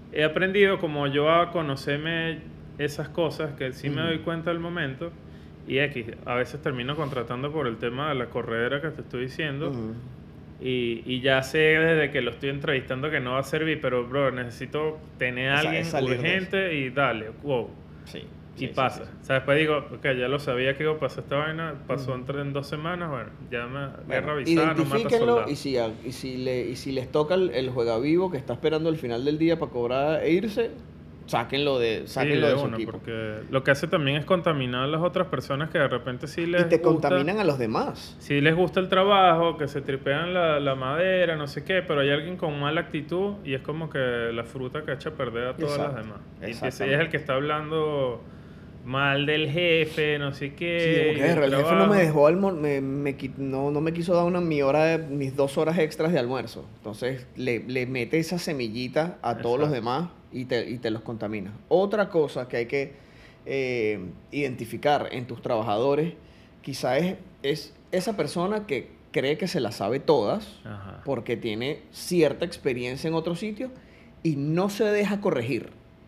he aprendido como yo a conocerme esas cosas que sí me Ujú. doy cuenta al momento y X, a veces termino contratando por el tema de la corredera que te estoy diciendo Ujú. y, y ya sé desde que lo estoy entrevistando que no va a servir, pero bro, necesito tener a Esa- alguien es salir de eso. urgente y dale, wow. Sí, Y sí, sí, pasa. sí, sí. O sea, después digo, ok, ya lo sabía que iba a pasar esta vaina, pasó Ujú. entre en dos semanas, bueno, ya me Bueno, guerra avisada, no mata identifíquenlo soldado. y si, a- y, si le, y si les toca el, el juega vivo que está esperando el final del día para cobrar e irse, sáquenlo de, Sí, sáquenlo de de su una, equipo. porque lo que hace también es contaminar a las otras personas que de repente sí Y les te gusta, contaminan a los demás. sí les gusta el trabajo, que se tripean la, la madera, no sé qué, pero hay alguien con mala actitud y es como que la fruta que echa a perder a todas las Exacto, demás. Y empieza- y es el exactamente. que está hablando mal del jefe, no sé Sí, como qué, que y del "Verga, el jefe no me trabajo. dejó almo- me, me qui- no, no me quiso dar una, mi hora de- mis dos horas extras de almuerzo. Entonces le, le mete esa semillita a todos los Exacto. demás y te, y te los contamina. Otra cosa que hay que eh, identificar en tus trabajadores, quizá es, es esa persona que cree que se las sabe todas Ajá. porque tiene cierta experiencia en otro sitio y no se deja corregir.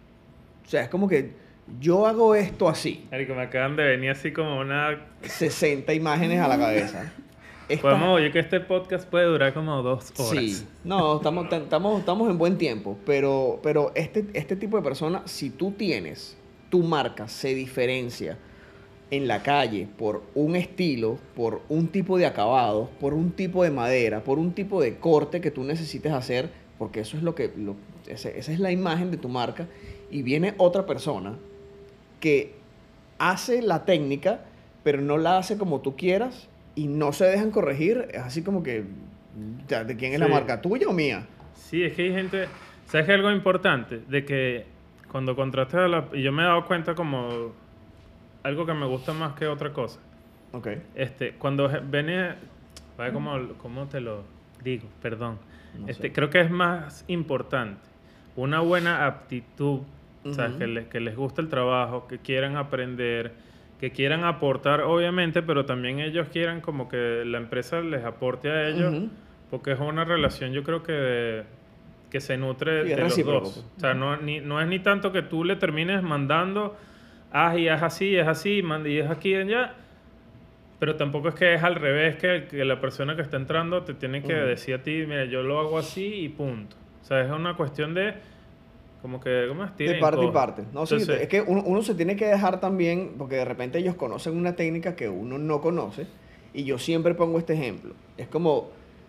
O sea, es como que yo hago esto así. Marico, me acaban de venir así como una... sesenta imágenes a la cabeza. Podemos Esta, oír que este podcast puede durar como dos horas. sí, no, estamos, ta- estamos, estamos en buen tiempo, pero, pero este, este tipo de persona, si tú tienes, tu marca se diferencia en la calle por un estilo, por un tipo de acabado, por un tipo de madera, por un tipo de corte que tú necesites hacer, porque eso es lo que, lo- ese- esa es la imagen de tu marca, y viene otra persona que hace la técnica, pero no la hace como tú quieras y no se dejan corregir, es así como que, ya, ¿de quién es la Sí. marca? ¿Tuya o mía? Sí, es que hay gente... ¿Sabes que algo importante? De que cuando contratas a la... Y yo me he dado cuenta como... Algo que me gusta más que otra cosa. Ok. Este, cuando je- viene... A ver cómo, cómo te lo digo, perdón. No este, sé. Creo que es más importante una buena aptitud, ¿sabes? Ujú. Que, le- que les gusta el trabajo, que quieran aprender, que quieran aportar, obviamente, pero también ellos quieran como que la empresa les aporte a ellos, Ujú. porque es una relación, yo creo que, de- que se nutre Sí, es de los recíproco, dos. pues. O sea, no, ni, no es ni tanto que tú le termines mandando, ah, y es así, es así, manda- y es aquí y allá. Pero tampoco es que es al revés, que, que la persona que está entrando te tiene que Ujú. decir a ti, mira, yo lo hago así y punto. O sea, es una cuestión de, como que, ¿cómo es? Tira De y parte y encoge. parte. No, sí, Entonces, es que uno, uno se tiene que dejar también, porque de repente ellos conocen una técnica que uno no conoce, y yo siempre pongo este ejemplo. Es como,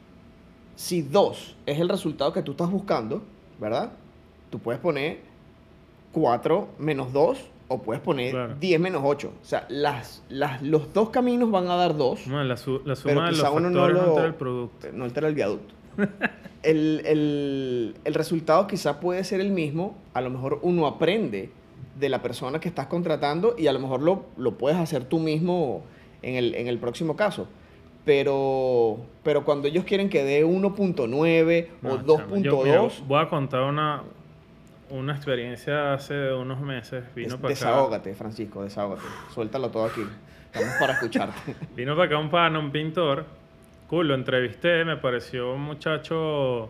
si dos es el resultado que tú estás buscando, ¿verdad? Tú puedes poner cuatro menos dos o puedes poner claro. diez menos ocho. O sea, las, las, los dos caminos van a dar dos, Bueno, la, su- la pero suma de los quizá uno no factores no lo... altera el producto. No altera el viaducto. el, el, el resultado quizá puede ser el mismo. A lo mejor uno aprende de la persona que estás contratando y a lo mejor lo, lo puedes hacer tú mismo en el, en el próximo caso. Pero, pero cuando ellos quieren que dé uno punto nueve No, o chamo, dos yo, punto mira, dos, voy a contar una, una experiencia hace unos meses. Vino des- para acá, desahógate, Francisco, desahógate. Suéltalo todo aquí. Estamos para escucharte. vino para acá un pana, un pintor. Cool, lo entrevisté, me pareció un muchacho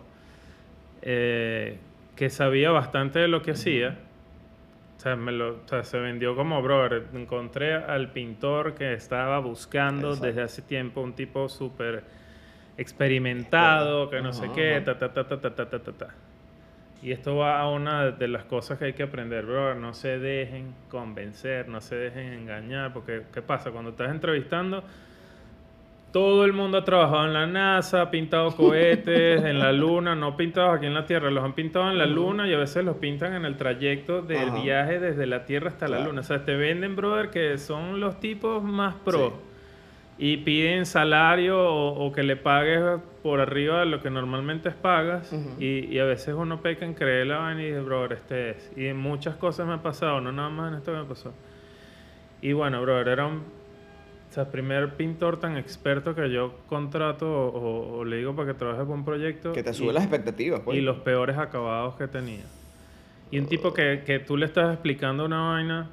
eh, que sabía bastante de lo que hacía. O sea, me lo, o sea, se vendió como brother. Encontré al pintor que estaba buscando Exacto. desde hace tiempo, un tipo súper experimentado, que no Ajá, sé qué, ajá. ta, ta, ta, ta, ta, ta, ta, ta, ta. Y esto va a una de las cosas que hay que aprender, brother. No se dejen convencer, no se dejen engañar, porque ¿qué pasa? Cuando estás entrevistando, todo el mundo ha trabajado en la NASA, ha pintado cohetes en la Luna, no pintados aquí en la Tierra, los han pintado en la Ujú. Luna y a veces los pintan en el trayecto del Ajá. viaje desde la Tierra hasta la Claro. Luna. O sea, te venden, brother, que son los tipos más pro. Sí. Y piden salario o, o que le pagues por arriba de lo que normalmente pagas. Ujú. y, y a veces uno peca en creer la vaina y dice, brother, este es. Y en muchas cosas me ha pasado, no nada más en esto que me pasó. Y bueno, brother, era un o sea, primer pintor tan experto que yo contrato o, o- o le digo para que trabaje por un proyecto. Que te sube y, las expectativas, pues. y los peores acabados que tenía. Y un tipo que, que tú le estás explicando una vaina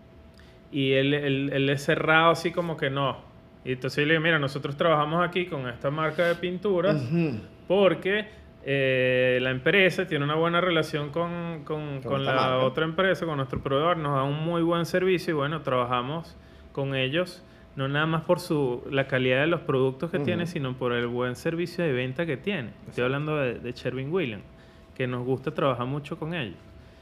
y él, él, él es cerrado así como que no. Y entonces yo le digo, mira, nosotros trabajamos aquí con esta marca de pinturas Ujú. porque Eh, la empresa tiene una buena relación con, con, Con con esta la marca. otra empresa, con nuestro proveedor, nos da un muy buen servicio y bueno, trabajamos con ellos, no nada más por su, la calidad de los productos que Ujú. tiene, sino por el buen servicio de venta que tiene. Estoy Exacto. hablando de, de Sherwin-Williams, que nos gusta trabajar mucho con ellos.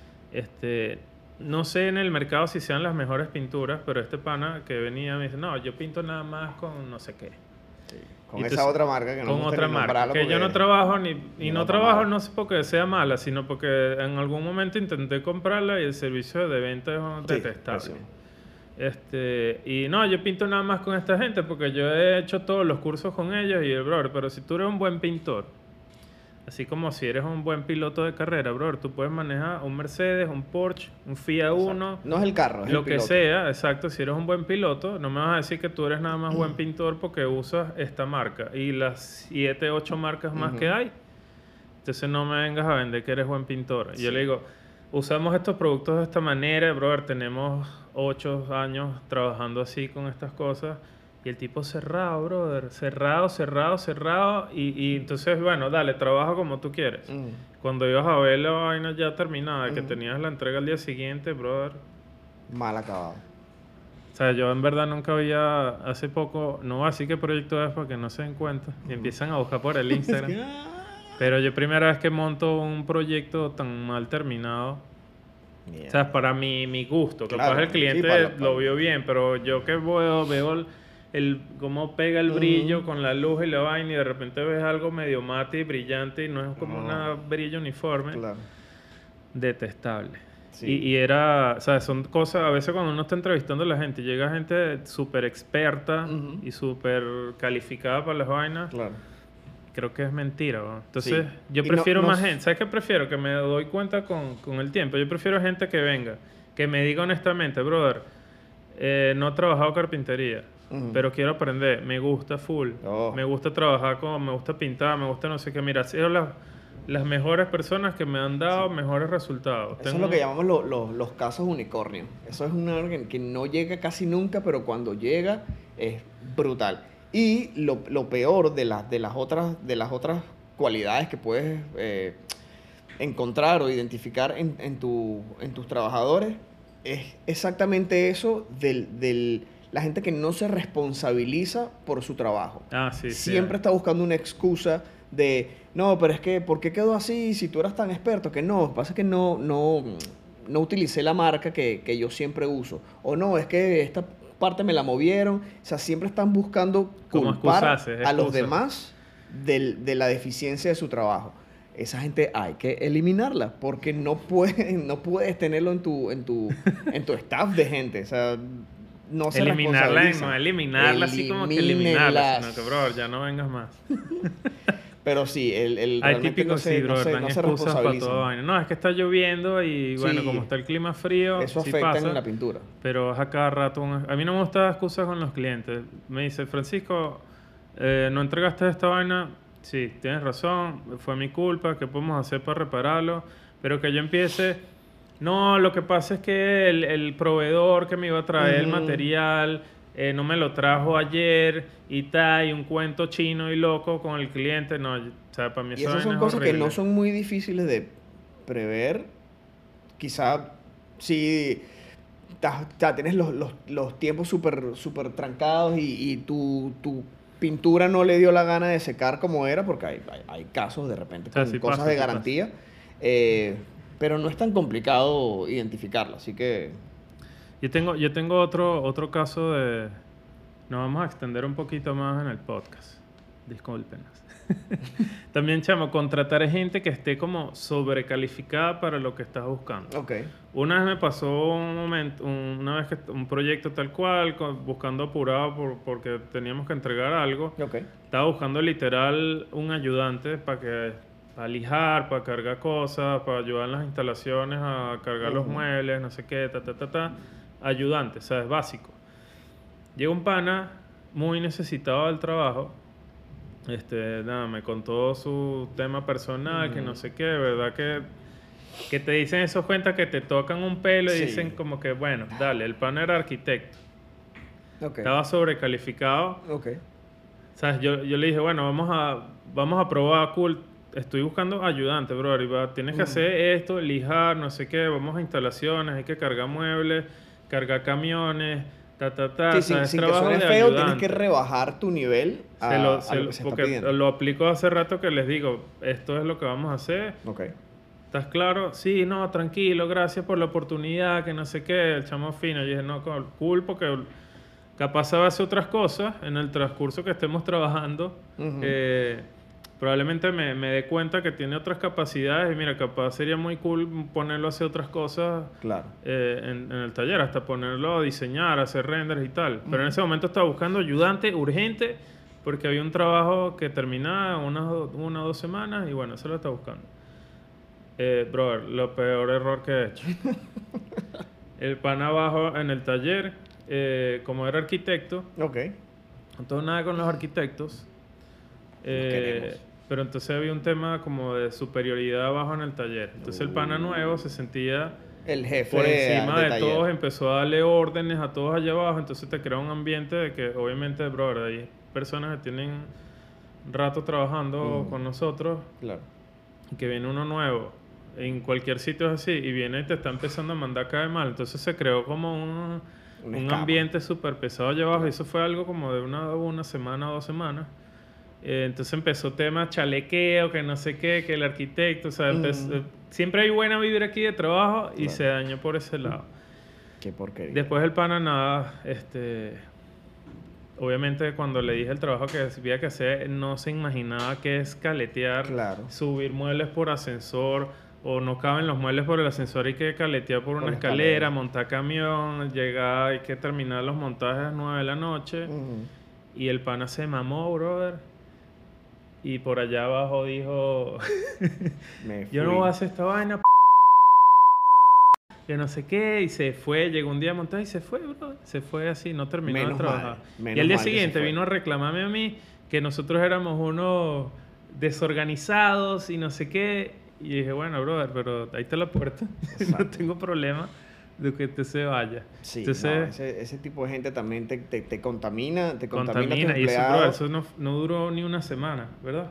Este, no sé en el mercado si sean las mejores pinturas, pero este pana que venía me dice, no, yo pinto nada más con no sé qué. Sí. Con Y esa entonces, otra marca que no con me gusta otra ni marca, nombrarla que yo porque no trabajo ni, y no no va pa' trabajo mala. no sé porque sea mala, sino porque en algún momento intenté comprarla y el servicio de venta es Sí, detestable. pésimo. Este, y no, yo pinto nada más con esta gente porque yo he hecho todos los cursos con ellos y el brother, pero si tú eres un buen pintor, así como si eres un buen piloto de carrera, brother, tú puedes manejar un Mercedes, un Porsche, un Fiat Exacto. Uno, No es el carro, es lo el que piloto. sea, exacto, si eres un buen piloto, no me vas a decir que tú eres nada más buen pintor porque usas esta marca y las siete, ocho marcas más Ujú. que hay. Entonces no me vengas a vender que eres buen pintor. Y yo Sí. le digo, usamos estos productos de esta manera, brother, tenemos ocho años trabajando así con estas cosas. Y el tipo cerrado, brother, cerrado, cerrado, cerrado. Y, y entonces, bueno, dale, trabaja como tú quieres. Ujú. Cuando ibas a ver la vaina ya terminada, que Ujú. tenías la entrega al día siguiente, brother. Mal acabado. O sea, yo en verdad nunca había, hace poco, no así que proyecto es para que no se den cuenta. Y empiezan a buscar por el Instagram. Pero yo primera vez que monto un proyecto tan mal terminado, o sea, para mi, mi gusto. Claro, Capaz el sí, cliente para la- lo para- vio bien, pero yo que veo, veo el, el- cómo pega el Ujú. brillo con la luz y la vaina y de repente ves algo medio mate y brillante y no es como No. una brillo uniforme, Claro. detestable. Sí. Y, y era, o sea, son cosas, a veces cuando uno está entrevistando a la gente, llega gente súper experta Ujú. y súper calificada para las vainas. Claro. Creo que es mentira, ¿no? Entonces, Sí. yo Y no- prefiero no más s- gente. ¿Sabes qué prefiero? Que me doy cuenta con, con el tiempo. Yo prefiero gente que venga, que me diga honestamente, brother, eh, no he trabajado carpintería, Ujú. pero quiero aprender. Me gusta full. Oh. Me gusta trabajar con, me gusta pintar, me gusta no sé qué. Mira, han sido las, las mejores personas que me han dado mejores resultados. Eso Tengo- es lo que llamamos lo- lo- los casos unicornio. Eso es una que, que no llega casi nunca, pero cuando llega es brutal. Y lo, lo peor de, las de, las otras, de las otras cualidades que puedes eh, encontrar o identificar en, en, tu, en tus trabajadores es exactamente eso del, del- la gente que no se responsabiliza por su trabajo. Ah, sí, sí. Siempre está buscando una excusa de, no, pero es que, ¿por qué quedó así si tú eras tan experto? Que no, pasa que no, no, no utilicé la marca que, que yo siempre uso. O no, es que esta parte me la movieron. O sea, siempre están buscando Como culpar excusarse, es a los excusa. demás del- de la deficiencia de su trabajo. Esa gente hay que eliminarla porque no puedes, no puedes tenerlo en tu, en tu, en tu staff de gente. O sea, no se Eliminarla, responsabilizan. no eliminarla así como que eliminarla, Elimínenlas. sino que, bro, ya no vengas más. Pero sí, el, el Hay realmente típicos, no se, sí, no bro, se, dan no se excusas para responsabilizan. todo vaina. No, es que está lloviendo y bueno, Sí. como está el clima frío, Eso sí afecta pasa, en la pintura. pero es a cada rato. un- A mí no me gusta dar excusas con los clientes. Me dice, Francisco, eh, ¿no entregaste esta vaina? Sí, tienes razón, fue mi culpa, ¿qué podemos hacer para repararlo? Pero que yo empiece, no, lo que pasa es que el, el proveedor que me iba a traer el Ujú. material eh, no me lo trajo ayer y tal, y un cuento chino y loco con el cliente, no, o sea, para mí Y esa esas son vaina es cosas que no horrible. son muy difíciles de prever. Quizá si ta- ta- tienes los, los, los tiempos súper súper trancados y, y tu, tu pintura no le dio la gana de secar como era, porque hay, hay, hay casos de repente O sea, con sí cosas pasa, de sí garantía, eh, pero no es tan complicado identificarlo. Así que Yo tengo, yo tengo otro, otro caso de... Nos vamos a extender un poquito más en el podcast. Discúlpenos. También, chamo, contratar gente que esté como sobrecalificada para lo que estás buscando. ok. Una vez me pasó un momento, un- una vez que un proyecto tal cual, con- buscando apurado por- porque teníamos que entregar algo. Ok. Estaba buscando literal un ayudante para que para lijar, para cargar cosas, para ayudar en las instalaciones a cargar los Ujú. muebles, no sé qué, ta, ta, ta, ta. Ayudante, ¿sabes? Básico. Llega un pana muy necesitado del trabajo. Este, nada, me contó su tema personal, que no sé qué, ¿verdad? Que, que te dicen esos cuentas que te tocan un pelo y Sí. dicen como que, bueno, dale, el pana era arquitecto. Ok. Estaba sobrecalificado. Ok. ¿Sabes? Yo, yo le dije, bueno, vamos a, vamos a probar, cool. estoy buscando ayudante, brother, y va, tienes que Mm. hacer esto, lijar, no sé qué, vamos a instalaciones, hay que cargar muebles, cargar camiones, ta, ta, ta, Sí, o sea, sin, es sin que trabajo suene de feo, tienes que ayudante. rebajar tu nivel Se a, lo, a se lo lo- que se está porque pidiendo. lo aplico hace rato que les digo, esto es lo que vamos a hacer, Ok. ¿estás claro? Sí, no, tranquilo, gracias por la oportunidad, que no sé qué, el chamo fino. Yo dije, no, cool, porque capaz sabe hacer otras cosas en el transcurso que estemos trabajando. Ujú. eh, probablemente me, me dé cuenta que tiene otras capacidades y mira, capaz sería muy cool ponerlo a hacer otras cosas Claro. eh, en, en el taller, hasta ponerlo a diseñar, a hacer renders y tal. Pero en Ujú. ese momento estaba buscando ayudante urgente porque había un trabajo que terminaba unas do- una o dos semanas y bueno, eso lo estaba buscando. Eh, brother, lo peor error que he hecho. El pan abajo en el taller, eh, como era arquitecto, Ok. no tengo nada con los arquitectos, eh, queremos. pero entonces había un tema como de superioridad abajo en el taller. Entonces el pana nuevo se sentía El jefe por encima de de, taller. todos, empezó a darle órdenes a todos allá abajo, entonces te crea un ambiente de que obviamente, brother, hay personas que tienen rato trabajando Mm. con nosotros Claro. y que viene uno nuevo. En cualquier sitio es así y viene y te está empezando a mandar caer mal. Entonces se creó como un, Una un escama. ambiente súper pesado allá abajo. Claro. Y eso fue algo como de una, una semana, dos semanas. Eh, entonces empezó tema chalequeo, que no sé qué, que el arquitecto. O sea, empezó- Mm. eh, siempre hay buena vibra aquí de trabajo y Claro. se dañó por ese lado. Qué porquería. Después el pana nada, este... Obviamente cuando le dije el trabajo que había que hacer, no se imaginaba que es caletear, Claro. subir muebles por ascensor, o no caben los muebles por el ascensor, hay que caletear por, Por una la escalera, escalera. montar camión, llegar, hay que terminar los montajes a las nueve de la noche. Ujú. Y el pana se mamó, brother. Y por allá abajo dijo, Me yo no fui. voy a hacer esta vaina, p que no sé qué, y se fue, llegó un día a montar y se fue, bro. Se fue así, no terminó Menos de trabajar. mal, menos Y al día mal que se siguiente fue. vino a reclamarme a mí que nosotros éramos unos desorganizados y no sé qué. Y dije, bueno, brother, pero ahí está la puerta. No Exacto. tengo problema de que usted se vaya. Sí, Entonces, no, ese, ese tipo de gente también te, te, te contamina, te contamina, a tu contamina. Y eso, empleado. brother, eso no, no duró ni una semana, ¿verdad?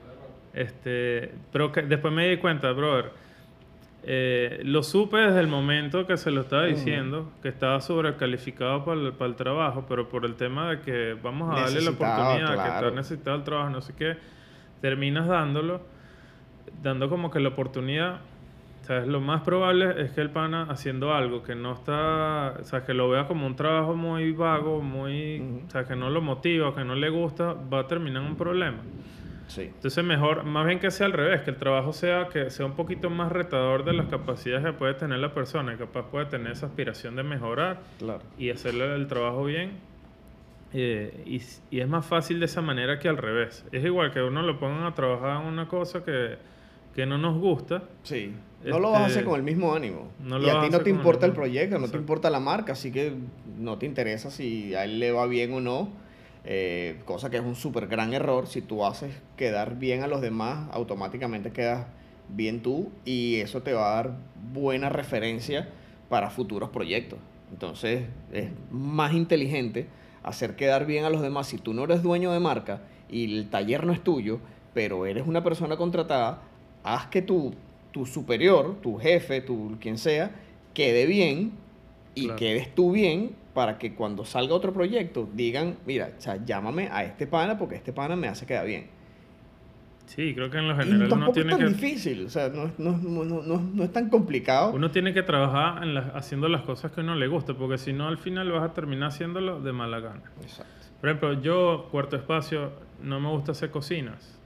Este, pero que después me di cuenta, brother. Eh, lo supe desde el momento que se lo estaba diciendo, que estaba sobrecalificado para el, para el trabajo, pero por el tema de que vamos a darle la Necesitaba, oportunidad, que claro. está necesitado el trabajo, no sé qué, terminas dándolo, dando como que la oportunidad. ¿Sabes? Lo más probable es que el pana haciendo algo que no está, o sea, que lo vea como un trabajo muy vago, muy, Ujú. o sea, que no lo motiva, que no le gusta, va a terminar en un problema. Sí. Entonces mejor, más bien que sea al revés, que el trabajo sea que sea un poquito más retador de las capacidades que puede tener la persona y capaz puede tener esa aspiración de mejorar Claro. y hacerle el trabajo bien. Eh, y, y es más fácil de esa manera que al revés. Es igual que uno lo pongan a trabajar en una cosa que, que no nos gusta. Sí. No lo vas a Este, hacer con el mismo ánimo. no lo y vas a a ti no hacer te con el importa el, mismo- proyecto, no te Exacto. importa la marca, así que no te interesa si a él le va bien o no. Eh, cosa que es un súper gran error. Si tú haces quedar bien a los demás, automáticamente quedas bien tú y eso te va a dar buena referencia para futuros proyectos. Entonces es más inteligente hacer quedar bien a los demás. Si tú no eres dueño de marca y el taller no es tuyo, pero eres una persona contratada, haz que tu, tu superior, tu jefe, tu quien sea, quede bien y Claro. quedes tú bien para que cuando salga otro proyecto digan, mira, o sea, llámame a este pana porque este pana me hace quedar bien. Sí, creo que en lo Y general uno tampoco es tiene tan que, difícil, o sea, no, es- no, es- no, no, no, no es tan complicado. uno tiene que trabajar en las- haciendo las cosas que a uno le gusta, porque si no al final vas a terminar haciéndolo de mala gana. Exacto. Por ejemplo, yo, cuarto espacio, no me gusta hacer cocinas.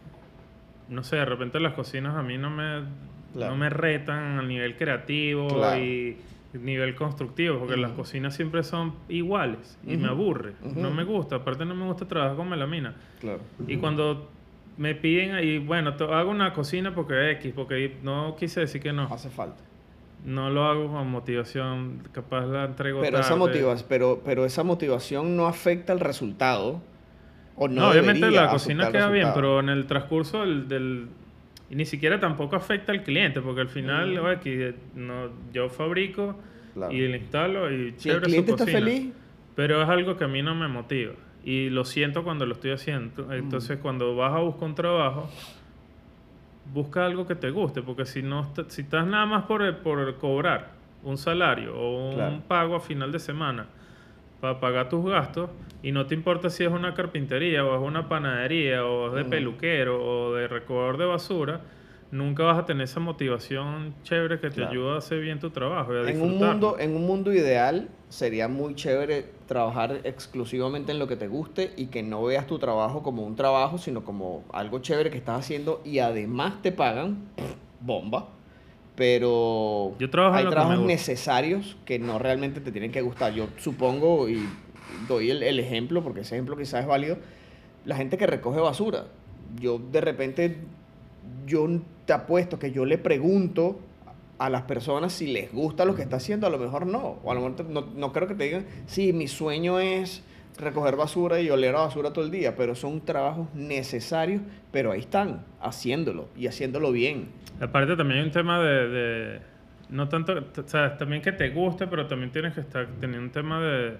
No sé, de repente las cocinas a mí no me, Claro. no me retan a nivel creativo Claro. y nivel constructivo, porque las Ujú. cocinas siempre son iguales y me Ujú. aburre. Ujú. No me gusta, aparte no me gusta trabajar con melamina. Claro. Y cuando me piden, y bueno, to- hago una cocina porque X, porque no quise decir que no. Hace falta. No lo hago con motivación, capaz la entrego Pero esa, tarde. motiva pero, pero esa motivación no afecta el resultado. O no, No, obviamente debería la cocina afectar el queda bien, resultado. pero en el transcurso del, del- y ni siquiera tampoco afecta al cliente, porque al final, Mm. oye, que no, yo fabrico Claro. y le instalo y Si el chévere su cliente está cocina. feliz, Pero es algo que a mí no me motiva y lo siento cuando lo estoy haciendo. Entonces, cuando vas a buscar un trabajo, busca algo que te guste, porque si no, est- si estás nada más por, por cobrar un salario o un Claro. pago a final de semana para pagar tus gastos y no te importa si es una carpintería o es una panadería o es de Ujú. peluquero o de recogedor de basura, nunca vas a tener esa motivación chévere que te Claro. ayuda a hacer bien tu trabajo y a En un disfrutarlo. mundo, en un mundo ideal sería muy chévere trabajar exclusivamente en lo que te guste y que no veas tu trabajo como un trabajo, sino como algo chévere que estás haciendo y además te pagan, pff, bomba. Pero Yo trabajo en hay lo que me trabajos gusta. necesarios que no realmente te tienen que gustar. Yo supongo y doy el, el ejemplo, porque ese ejemplo quizás es válido, la gente que recoge basura. Yo de repente, yo te apuesto que yo le pregunto a las personas si les gusta lo que está haciendo, a lo mejor no. O a lo mejor te- no, no creo que te digan, sí, mi sueño es recoger basura y oler a basura todo el día, pero son trabajos necesarios, pero ahí están, haciéndolo y haciéndolo bien. Aparte también hay un tema de, de- no tanto, t- o sea, también que te guste, pero también tienes que estar teniendo un tema de,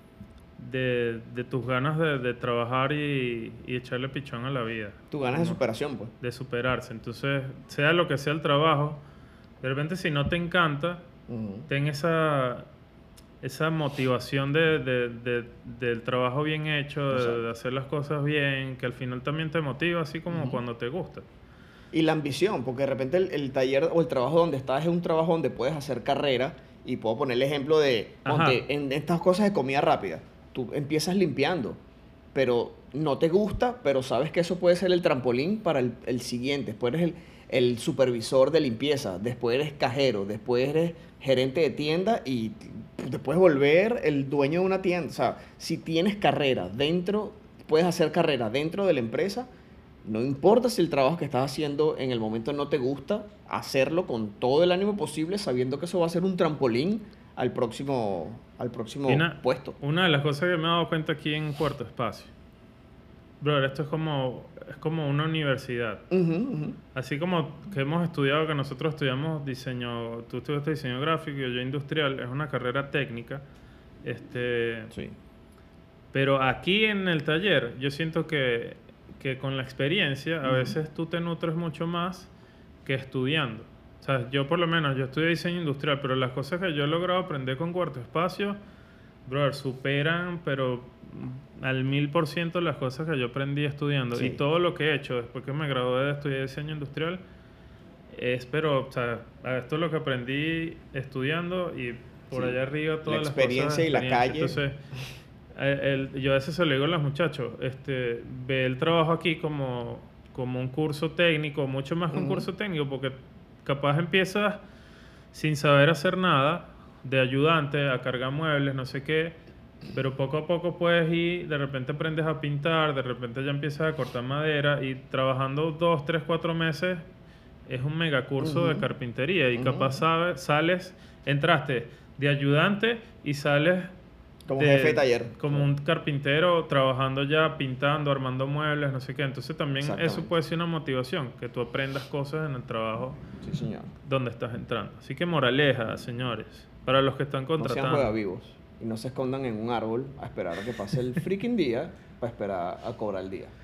de, de tus ganas de, de trabajar y, y echarle pichón a la vida, Tu ganas de como superación, pues. de superarse. Entonces, sea lo que sea el trabajo, de repente si no te encanta, Ujú. ten esa, esa motivación de, de- de- del trabajo bien hecho, de, de Exacto. hacer las cosas bien, que al final también te motiva, así como Ujú. cuando te gusta. Y la ambición, porque de repente el, el taller o el trabajo donde estás es un trabajo donde puedes hacer carrera. Y puedo poner el ejemplo de, Ajá. ponte, en estas cosas de comida rápida, tú empiezas limpiando, pero no te gusta, pero sabes que eso puede ser el trampolín para el, el siguiente. Después eres el, el supervisor de limpieza, después eres cajero, después eres gerente de tienda y te puedes volver el dueño de una tienda. O sea, si tienes carrera dentro, puedes hacer carrera dentro de la empresa, no importa si el trabajo que estás haciendo en el momento no te gusta, hacerlo con todo el ánimo posible, sabiendo que eso va a ser un trampolín al próximo, al Y próximo una, puesto. una de las cosas que me he dado cuenta aquí en Cuarto Espacio, brother, esto es como, es como una universidad. Ujú, ujú. Así como que hemos estudiado, que nosotros estudiamos diseño, tú estudiaste diseño gráfico y yo industrial, es una carrera técnica. Este, Sí. pero aquí en el taller, yo siento que, que con la experiencia, a Ujú. veces tú te nutres mucho más que estudiando. O sea, yo por lo menos, yo estudié diseño industrial, pero las cosas que yo he logrado aprender con Cuarto Espacio, brother, superan, pero al mil por ciento las cosas que yo aprendí estudiando. Y Sí. todo lo que he hecho después que me gradué de estudiar diseño industrial, es, pero, o sea, esto es lo que aprendí estudiando y por Sí. allá arriba La todas las cosas de experiencia y la experiencia. calle. Entonces, eh, el- yo a veces se lo digo a los muchachos, este, ve el trabajo aquí como, como un curso técnico, mucho más que un Ujú. curso técnico, porque capaz empiezas sin saber hacer nada, de ayudante a cargar muebles, no sé qué, pero poco a poco puedes ir, de repente aprendes a pintar, de repente ya empiezas a cortar madera y trabajando dos, tres, cuatro meses es un mega curso de Ujú. carpintería y Ujú. capaz sabes, sales, entraste de ayudante y sales Como jefe de taller. como un carpintero trabajando ya, pintando, armando muebles, no sé qué. Entonces también eso Exactamente. puede ser una motivación, que tú aprendas cosas en el trabajo Sí, señor. donde estás entrando. Así que moraleja, señores, para los que están No sean contratando. juegavivos y no se escondan en un árbol a esperar a que pase el freaking día para esperar a cobrar el día.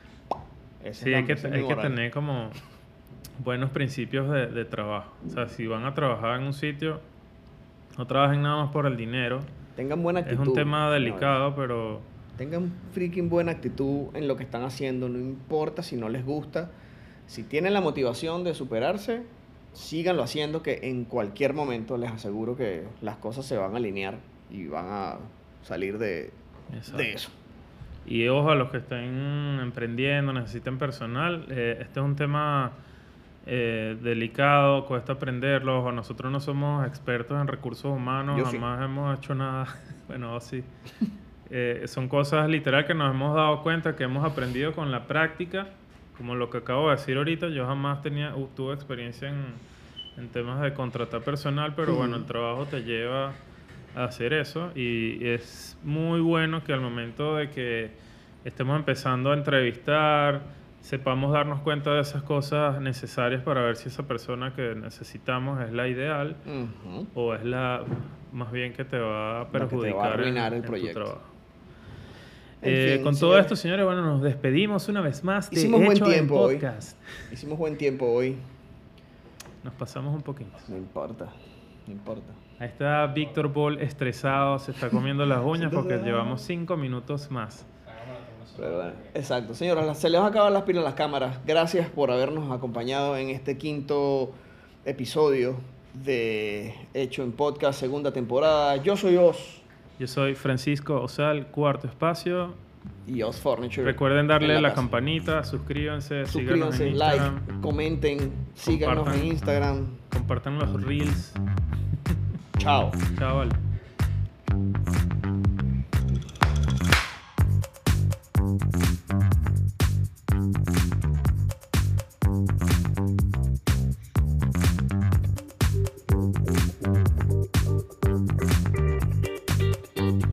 Esa Sí, es la- hay que, esa es mi hay que moral. tener como buenos principios de, de trabajo. O sea, si van a trabajar en un sitio, no trabajen nada más por el dinero. Tengan buena Es actitud. un tema señores. delicado, pero Tengan freaking buena actitud en lo que están haciendo, no importa si no les gusta. Si tienen la motivación de superarse, síganlo haciendo, que en cualquier momento les aseguro que las cosas se van a alinear y van a salir de, exacto. de eso. Y ojo a los que estén emprendiendo, necesiten personal. eh, este es un tema eh, delicado, cuesta aprenderlo. Ojo, nosotros no somos expertos en recursos humanos, Yo sí. jamás hemos hecho nada. Bueno, sí. Eh, son cosas literal que nos hemos dado cuenta, que hemos aprendido con la práctica. Como lo que acabo de decir ahorita, yo jamás tenía, uh, tuve experiencia en, en temas de contratar personal, pero bueno, el trabajo te lleva a hacer eso y es muy bueno que al momento de que estemos empezando a entrevistar, sepamos darnos cuenta de esas cosas necesarias para ver si esa persona que necesitamos es la ideal Ujú. o es la más bien que te va a La que te va a perjudicar en- arruinar el en tu proyecto. trabajo. Eh, fin, con todo señores. esto, señores, bueno, nos despedimos una vez más de Hicimos buen Hecho en tiempo hoy. Podcast. Hicimos buen tiempo hoy. Nos pasamos un poquito. No importa, no importa. Ahí está Víctor Ball estresado, se está comiendo las uñas porque Entonces, llevamos cinco minutos más. Pero bueno, exacto. Señoras, se les va a acabar las pilas a las cámaras. Gracias por habernos acompañado en este quinto episodio de Hecho en Podcast, segunda temporada. Yo soy Oz. Yo soy Francisco Osal, cuarto espacio. Y Oz Furniture. Recuerden darle en la, casa. campanita, suscríbanse, síganos Suscríbanse, en like, Instagram, comenten, síganos Compartan. en Instagram. compartan los reels. Chao. Chao, vale.